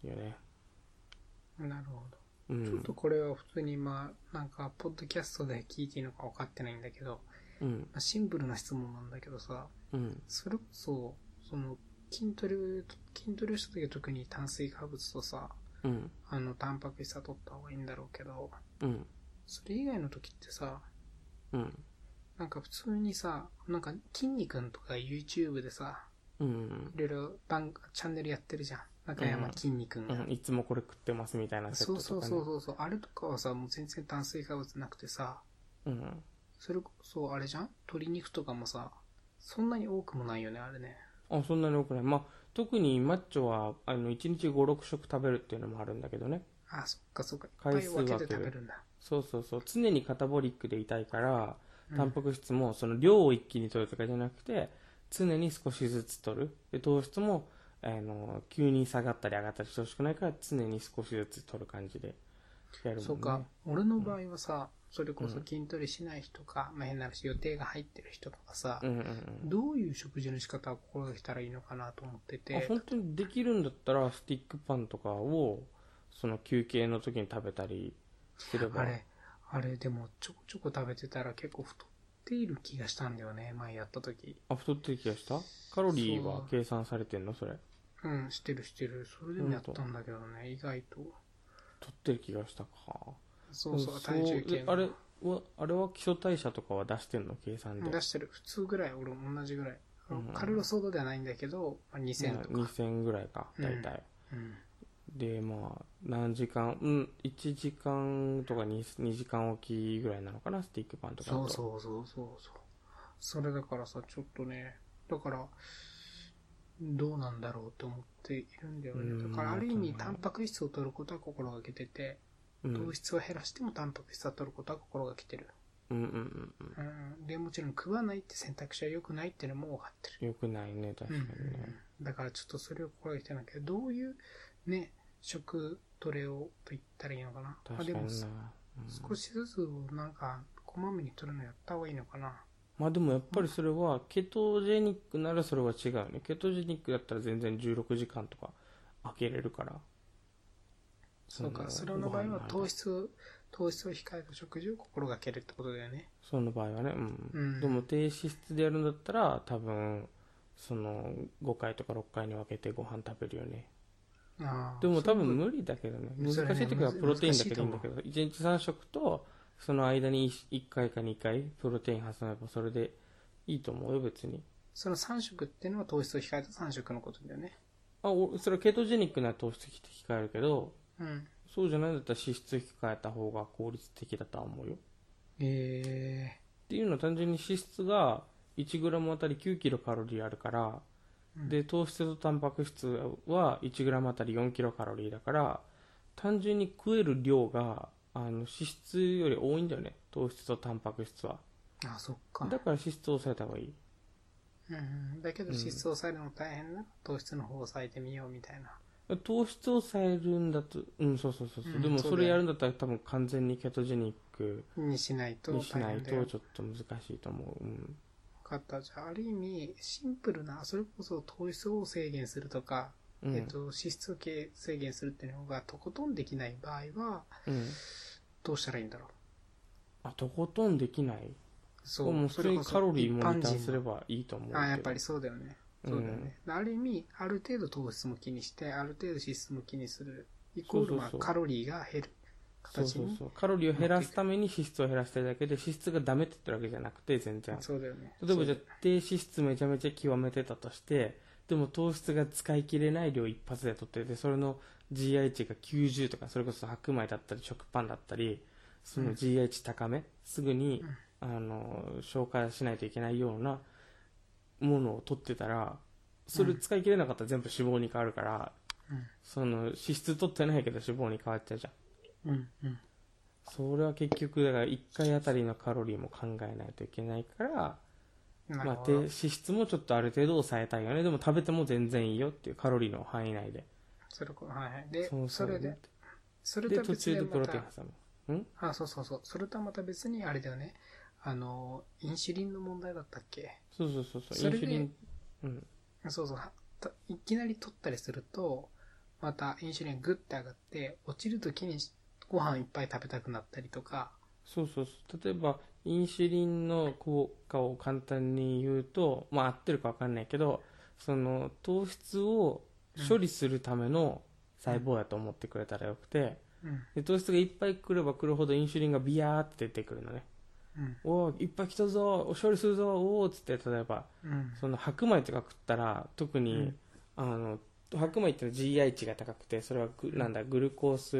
うん、よね。 なるほど、うん。ちょっとこれは普通にまあ、なんか、ポッドキャストで聞いていいのか分かってないんだけど、うん、まあ、シンプルな質問なんだけどさ、うん、それこそ、その、筋トレ、筋トレをした時は特に炭水化物とさ、うん、あの、タンパク質は取った方がいいんだろうけど、うん、それ以外の時ってさ、うん、なんか普通にさ、なんか筋肉とか YouTube でさ、うん、いろいろ番チャンネルやってるじゃん。中山筋肉が、 うんうん、いつもこれ食ってますみたいなセットとか、ね、 そうそうそうそう。あれとかはさ、もう全然炭水化物なくてさ、うん、 それこそあれじゃん、鶏肉とかもさ、そんなに多くもないよね、あれね。 あ、そんなに多くない。まあ、特にマッチョは、あの、いちにちご、ろく食食べるっていうのもあるんだけどね。 あ、そっかそっか。いっぱ回数い分け分ける。 て食べるんだ。 そうそうそう。常にカタボリックでいたいから、 うんタンパク質もその量を一気に取るとかじゃなくて、常に少しずつ取る。で、糖質も、あの、急に下がったり上がったりしてほしくないから、常に少しずつ取る感じでやるもんね。 そうか。俺の場合はさ、それこそ筋トレしない人か、まあ変な話、予定が入ってる人とかさ、 うんうんうん。 どういう食事の仕方を心がけたらいいのかなと思ってあ、 て。 本当にできるんだったら、スティックパンとかを、その休憩の時に食べたりすれば。 あれ、あれでもちょこちょこ食べてたら結構太っている気がしたんだよね、前やった時。 あ、太ってる気がした？カロリーは計算されてんのそれ？ うん、してるしてる。それでもやったんだけどね、意外と。 太ってる気がしたか。 そうそう、 ん体重計あれは、あれは基礎代謝とかは出してんの計算で？ 出してる。普通ぐらい、俺も同じぐらい。あのうんカルロソードではないんだけど、まあ、にせんとか。 にせんぐらいか、大体。 うん。 で、まあ、何時間、うん、いちじかんとか 2, にじかんおきぐらいなのかな、スティックパンとかだと。 そうそうそうそうそう。それだからさ、ちょっとね、だから、どうなんだろうって思っているんだよね。 うんだからある意味、 まあタンパク質を取ることは心がけてて、 うん、 糖質を減らしてもタンパク質を取ることは心がけてる。 うんうんうんうん。で、もちろん食わないって選択肢は良くないっていうのも分かってうん。よくないね、確かにね。 る。だからちょっとそれを心がけてないけど、どういうね、食トレをと言ったらいいのかな。 確かにな。 まあ、でも、 うん少しずつなんか、こまめに取るのやった方がいいのかな。 まあでもやっぱりそれは、ケトジェニックならそれは違うね。ケトジェニックだったら全然じゅうろくじかんとか空けれるから。 そうか、それの場合は糖質、糖質を控えた食事を心がけるってことだよね。 その場合はね、うん。 うん、 でも低脂質でやるんだったら、多分、そのごかいとかろっかいに分けてご飯食べるよね。 あでも多分無理だけどね。難しい時はプロテインだけでいいんだけど、いちにちさん食と、その間にいっかいかにかいプロテイン挟めばそれでいいと思うよ、別に。 そのさん食っていうのは糖質を控えたさん食のことだよね。 あ、おそれはケトジェニックな糖質控えるけど、 うん。 そうじゃないんだったら脂質控えた方が効率的だとは思うよ。 えっていうのは単純に脂質が いちグラム あたりきゅうキロカロリーあるから、 うん、 で糖質とタンパク質は いちグラム あたりよんキロカロリーだから、単純に食える量があの脂質より多いんだよね、糖質とタンパク質は。 あ、そっか。 だから脂質を抑えた方がいい。 うん、だけど脂質を抑えるの大変なら糖質の方を抑えてみようみたいな。 糖質を抑えるんだと、うん、そうそうそうそう、 うん、 でもそれやるんだったら多分完全にケトジェニックにしないとにしない大変だよ。 とちょっと難しいと思う。うん。 分かった。じゃあ、ある意味、シンプルな、それこそ糖質を制限するとか、 うん、 えっと、脂質を制限するっていうのがとことんできない場合は、 うん、 どうしたらいいんだろう。 あ、とことんできない。 そう。 もう普通にカロリーモニターすればいいと思うけど。 あ、やっぱりそうだよね。そうだよね。うん、ある意味、ある程度糖質も気にして、ある程度脂質も気にする。イコール、まあ、カロリーが減る形に。 そうそうそう。カロリーを減らすために脂質を減らしたいだけで、脂質がダメって言ってるわけじゃなくて、全然。 そうだよね。 例えばじゃあ、低脂質めちゃめちゃ極めてたとして、でも糖質が使い切れない量一発で取ってて、それの ジーアイ 値がきゅうじゅうとか、それこそ白米だったり食パンだったり、その ジーアイ 値高め、うん、すぐに、うん、あの消化しないといけないようなものを取ってたら、それ使い切れなかったら全部脂肪に変わるから、うん、その脂質取ってないけど脂肪に変わっちゃうじゃん。 うんうん、 それは結局だからいっかいあたりのカロリーも考えないといけないから、まあ、脂質もちょっとある程度抑えたいよね。でも食べても全然いいよっていうカロリーの範囲内で。 それこはいはい。で、 そうそう、 それで、それとは別にで途中でプロテイン挟む。ん？ あ、そうそうそう。それとはまた別にあれだよね。あの、インシュリンの問題だったっけ？ そうそうそうそう。インシュリン、うん。 そうそう。いきなり取ったりすると、またインシュリンがグッて上がって、落ちるときにご飯いっぱい食べたくなったりとか。 そうそうそう。例えば、インシュリンの効果を簡単に言うと、まあ合ってるか分かんないけど、その糖質を処理するための細胞やと思ってくれたらよくて、うん、で糖質がいっぱい来れば来るほどインシュリンがビヤーって出てくるのね。うん、おーいっぱい来たぞ処理するぞおーっつって、例えば、うん、その白米とか食ったら特に、うん、あの白米ってのは ジーアイ 値が高くて、それはグなんだグルコース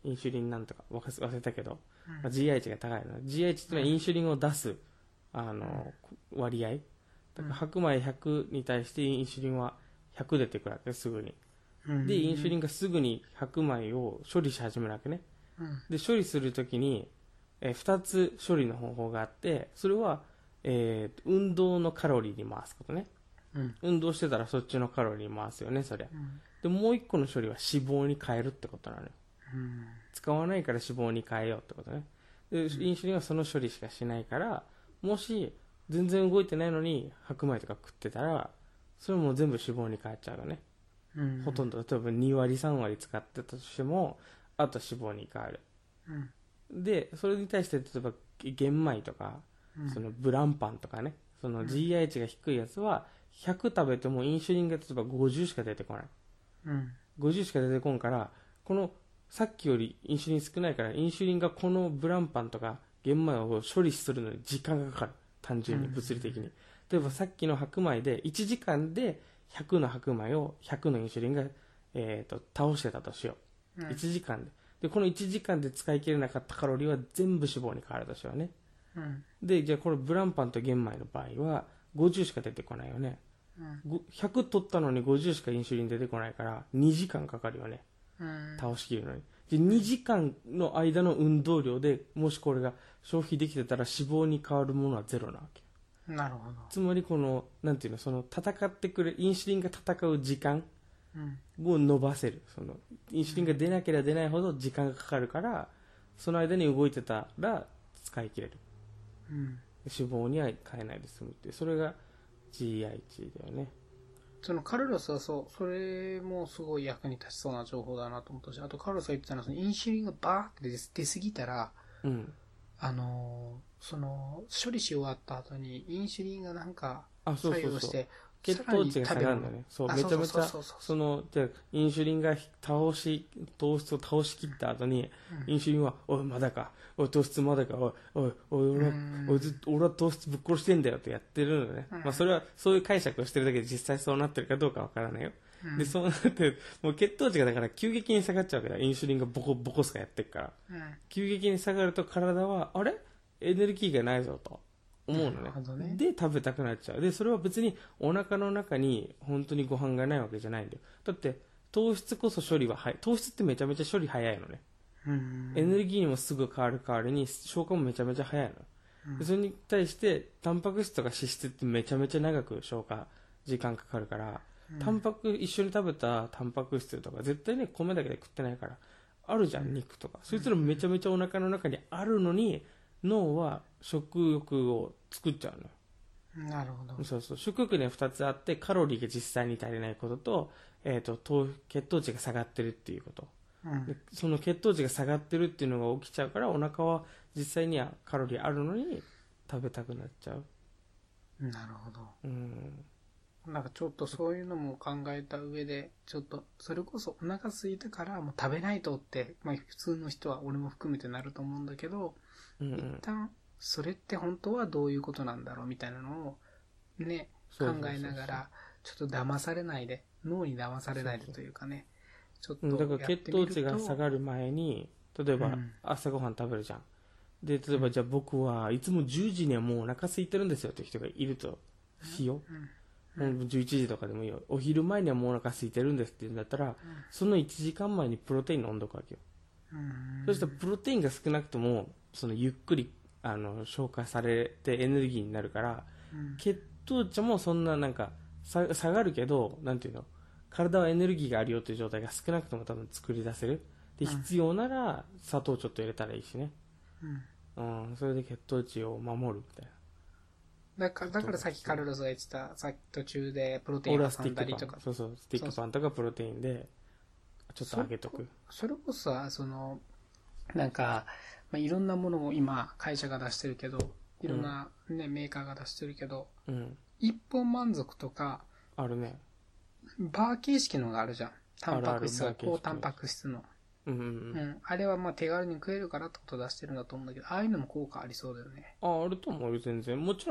インシュリンなんとか忘れ忘れたけど、 うんまあ、ジーアイ 値が高いの。ジーアイ 値ってのはインシュリンを出す、あの、割合。だから白米ひゃくに対してインシュリンはひゃく出てくるわけ、すぐに。 うんで、インシュリンがすぐに白米を処理し始めるわけね。 うんで、処理するときに、えー、ふたつ処理の方法があって、それは、えー、運動のカロリーに回すことね。 うん運動してたらそっちのカロリーに回すよね、そりゃ。 うんで、もう一個の処理は脂肪に変えるってことなのよ。 うん使わないから脂肪に変えようってことね。で、インシュリンはその処理しかしないから、もし全然動いてないのに白米とか食ってたら、それも全部脂肪に変えちゃうよね。 うんほとんど、例えばに割さん割使ってたとしても、あと脂肪に変わる。 うんで、それに対して例えば玄米とか、 うんそのブランパンとかね、その ジーアイ 値が低いやつはひゃく食べてもインシュリンが例えばごじゅうしか出てこない。 うんごじゅうしか出てこんから、このさっきよりインシュリン少ないから、インシュリンがこのブランパンとか玄米を処理するのに時間がかかる。単純に物理的に。例えばさっきの白米でいちじかんでひゃくの白米をひゃくのインシュリンが、えー、と倒してたとしよう。 うんいちじかんで。で、このいちじかんで使い切れなかったカロリーは全部脂肪に変わるとしようね。 うんで、じゃあこのブランパンと玄米の場合はごじゅうしか出てこないよね。 うんごひゃく取ったのにごじゅうしかインシュリン出てこないからにじかんかかるよね。 うん倒しきるのに。で、にじかんの間の運動量でもしこれが消費できてたら脂肪に変わるものはゼロなわけ。 なるほど。 つまりこの、なんていうの、その戦ってくれ、インシュリンが戦う時間うんを伸ばせる。その、インシュリンが出なければ出ないほど時間がかかるから、その間に動いてたら使い切れる。 うん脂肪には変えないで済むっていう。それが ジーアイ 値だよね。 そのカルロスはそう、それもすごい役に立ちそうな情報だなと思ったし、あとカルロスが言ってたのは、そのインシュリンがバーって出出過ぎたら、 うん。 あのー、その、処理し終わった後に、インシュリンがなんか、 あ、そう作そうそう。 用して、 血糖値が下がるんだよね。そう、 あめちゃめちゃ、 そうそうそうそうその、じゃあインシュリンが倒し、糖質を倒しきった後に、 うんインシュリンは、おい、まだか、おい、糖質まだか、おい、おい、おい、俺はうん、 おいずっと俺は糖質ぶっ殺してんだよってやってるのね。 うんまあ、それは、そういう解釈をしてるだけで実際そうなってるかどうかわからないよ。 うんで、そうなって、もう血糖値がだから急激に下がっちゃうわけだ。インシュリンがボコボコスカやってるから。 うん急激に下がると体は、あれエネルギーがないぞと思うのなるほどねね。で、食べたくなっちゃう。で、それは別にお腹の中に本当にご飯がないわけじゃないんだよ。だって、糖質こそ処理は早い。糖質ってめちゃめちゃ処理早いのね。 うんエネルギーにもすぐ変わる代わりに消化もめちゃめちゃ早いの。 うんでそれに対して、タンパク質とか脂質ってめちゃめちゃ長く消化時間かかるから、タンパク、一緒に食べたタンパク質とか絶対ね、米だけで食ってないから、あるじゃん、肉とか。そいつらめちゃめちゃお腹の中にあるのに、脳は食欲を作っちゃうのよ。 なるほど。 そうそう。食欲にはふたつあって、カロリーが実際に足りないことと、えっ、と、糖血糖値が下がってるっていうこと。 うんでその血糖値が下がってるっていうのが起きちゃうから、お腹は実際にはカロリーあるのに食べたくなっちゃう。 なるほど。 うん。 なんかちょっとそういうのも考えた上で、ちょっと、それこそお腹空いたからもう食べないとって、まあ普通の人は俺も含めてなると思うんだけど、 うんう一ん。 旦、それって本当はどういうことなんだろうみたいなのを、ね、考そうそうそうそうえながら、ちょっと騙されないで、脳に騙されないでというかね、ちょっとうんだからやってみると血糖値が下がる前に、例えばうん朝ごはん食べるじゃん。で、例えばじゃあ僕はいつもじゅうじにはもうお腹空いてるんですよっていう人がいるとしよう。 うんもうじゅういちじとかでもいいよ。お昼前にはもうお腹空いてるんですって言うんだったら、そのいちじかんまえにプロテイン飲んどくわけよ。 うんそしたらプロテインが少なくとも、そのゆっくりあの消化されてエネルギーになるから、 うん血糖値もそんななんかさ下がるけど、なんていうの、体はエネルギーがあるよという状態が少なくとも多分作り出せる。で、 うん必要なら砂糖ちょっと入れたらいいしね。 うんうん、それで血糖値を守るみたいな。 だから、だからさっきカルロスが言ってた、さっき途中でプロテイン俺はスティ挟んだりとかックパン。、そうそう、スティックパンとかプロテインで、ちょっと揚げとく。 それこそさ、その、なんか、まあ、いろんなものを今、会社が出してるけど、いろんな、ねメーカーが出してるけど、 うん。 一本満足とか、 あるね。 バー形式のがあるじゃん。タンパク質があるあるバー形式高タンパク質の。 うんうんううん。 ん。あれはまあ手軽に食えるからってことを出してるんだと思うんだけど、ああいうのも効果ありそうだよね。 あ、あると思うよ、全然。もちろん、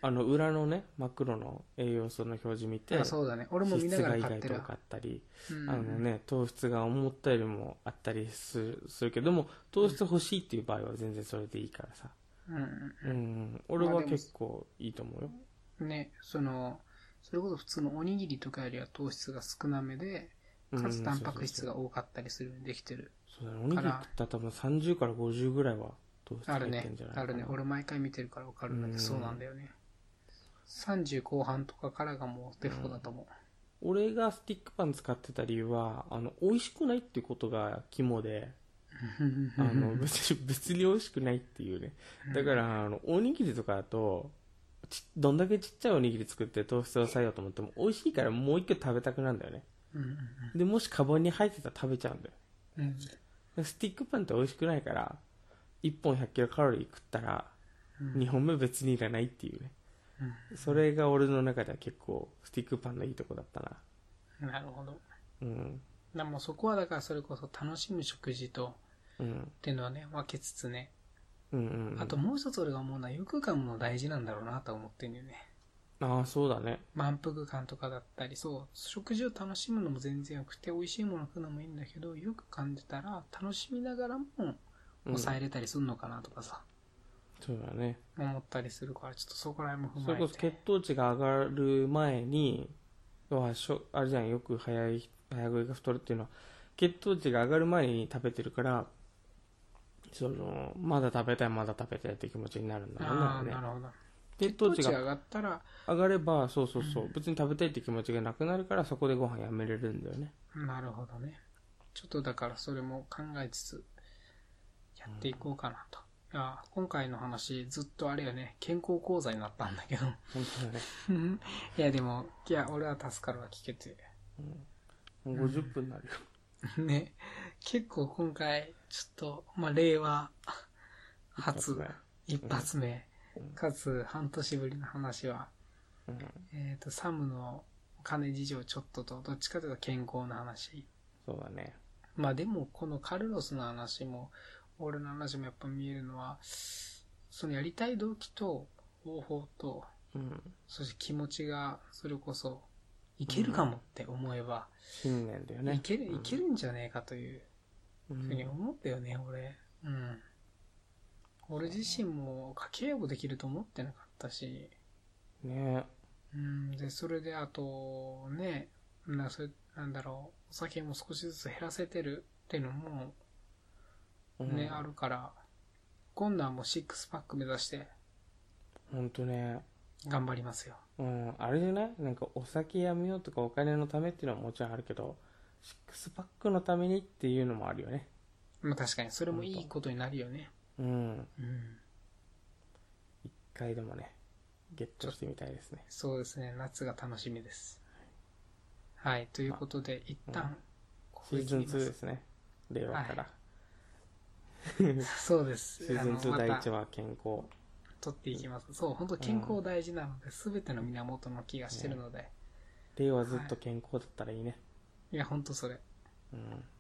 あの裏のねマクロの栄養素の表示見て、 あ、そうだね。俺も見ながら買ってる脂質が意外と多かったり、 うん、 あのね糖質が思ったよりもあったりする、するけども、糖質欲しいっていう場合は全然それでいいからさ。 うんうんうん、俺は結構いいと思うよ。 ね、その、それこそ普通のおにぎりとかよりは糖質が少なめで、かつタンパク質が多かったりするようにできてる。 そうだね、おにぎりって言ったら多分さんじゅうからごじゅうぐらいは糖質入ってんじゃないかな。 あるね、あるね。俺毎回見てるから分かるんだけど、そうなんだよね。さんじゅう後半とかからがもうデフォだと思う。 うん、俺がスティックパン使ってた理由は、あの、美味しくないっていうことが肝で、あの別に、別に美味しくないっていうね。だから、あの、おにぎりとかだと、どんだけちっちゃいおにぎり作って糖質を抑えようと思っても美味しいからもう一回食べたくなるんだよね。うんうんうん、でもしカバンに入ってたら食べちゃうんだよ、うん、スティックパンって美味しくないからいっぽんひゃくキロカロリー食ったらにほんめ別にいらないっていうね、うん、それが俺の中では結構スティックパンのいいとこだったな。 なるほど、 うん、 でもそこはだからそれこそ楽しむ食事と、うん、っていうのはね分けつつね、うんうんうん、あともう一つ俺が思うのはよく噛むの大事なんだろうなと思ってんだよね。 ああ、そうだね。 満腹感とかだったり、そう、食事を楽しむのも全然よくて、美味しいものを食うのもいいんだけど、よく感じたら、楽しみながらも抑えれたりするのかなとかさ。 うん、そうだね。 思ったりするから、ちょっとそこら辺も踏まえて。 それこそ血糖値が上がる前に、要はしょ、あれじゃん、よく早い、早食いが太るっていうのは、血糖値が上がる前に食べてるから、その、まだ食べたい、まだ食べたいって気持ちになるんだろうね。 ああ、なるほど。 血糖値が上がったら上がれば、そうそうそう、うん、別に食べたいって気持ちがなくなるから、そこでご飯やめれるんだよね。 なるほどね。ちょっとだからそれも考えつつやっていこうかなと、うん、いや今回の話ずっとあれよね、健康講座になったんだけど本当だねいやでも、いや俺は助かるわ、聞けて、 うん、もうごじゅっぷんになるよ、 うん、ね、結構今回ちょっとまあ令和初一発目、うん、かつ半年ぶりの話は、うん、えっとサムのお金事情ちょっとと、どっちかというと健康の話。 そうだね。 まあでもこのカルロスの話も俺の話もやっぱ見えるのは、そのやりたい動機と方法と、うん、そして気持ちがそれこそいけるかもって思えば、 うん、信念だよね。 いける、いけるんじゃねえかというふうに思ったよね、俺。うん。俺自身も家計簿できると思ってなかったし。ね。うん、で、それであと、ね、な、それ、なんだろう、お酒も少しずつ減らせてるっていうのも、ね、うん、あるから、今度はもうシックスパック目指して。 ほんとね。 頑張りますよ。 うん、あれじゃない？なんかお酒やめようとかお金のためっていうのはもちろんあるけど、シックスパックのためにっていうのもあるよね。 まあ確かに、それもいいことになるよね。うん。うん。 一回でもね、ゲットしてみたいですね。 そうですね、夏が楽しみです。はい、はい、ということで、一旦、 うん、シーズンツーですね。令和から。 はい、そうです。 シーズンツーだいいちは健康。 取っていきます。そう、本当健康大事なので、すべ、うん、ての源の気がしてるので。ね、 令和ずっと健康だったらいいね。はい、 いや、本当それ。うん。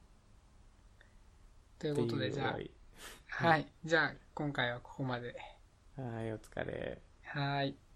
ということで、じゃあ、はい。じゃあ、今回はここまで。 はい、お疲れ。 はい。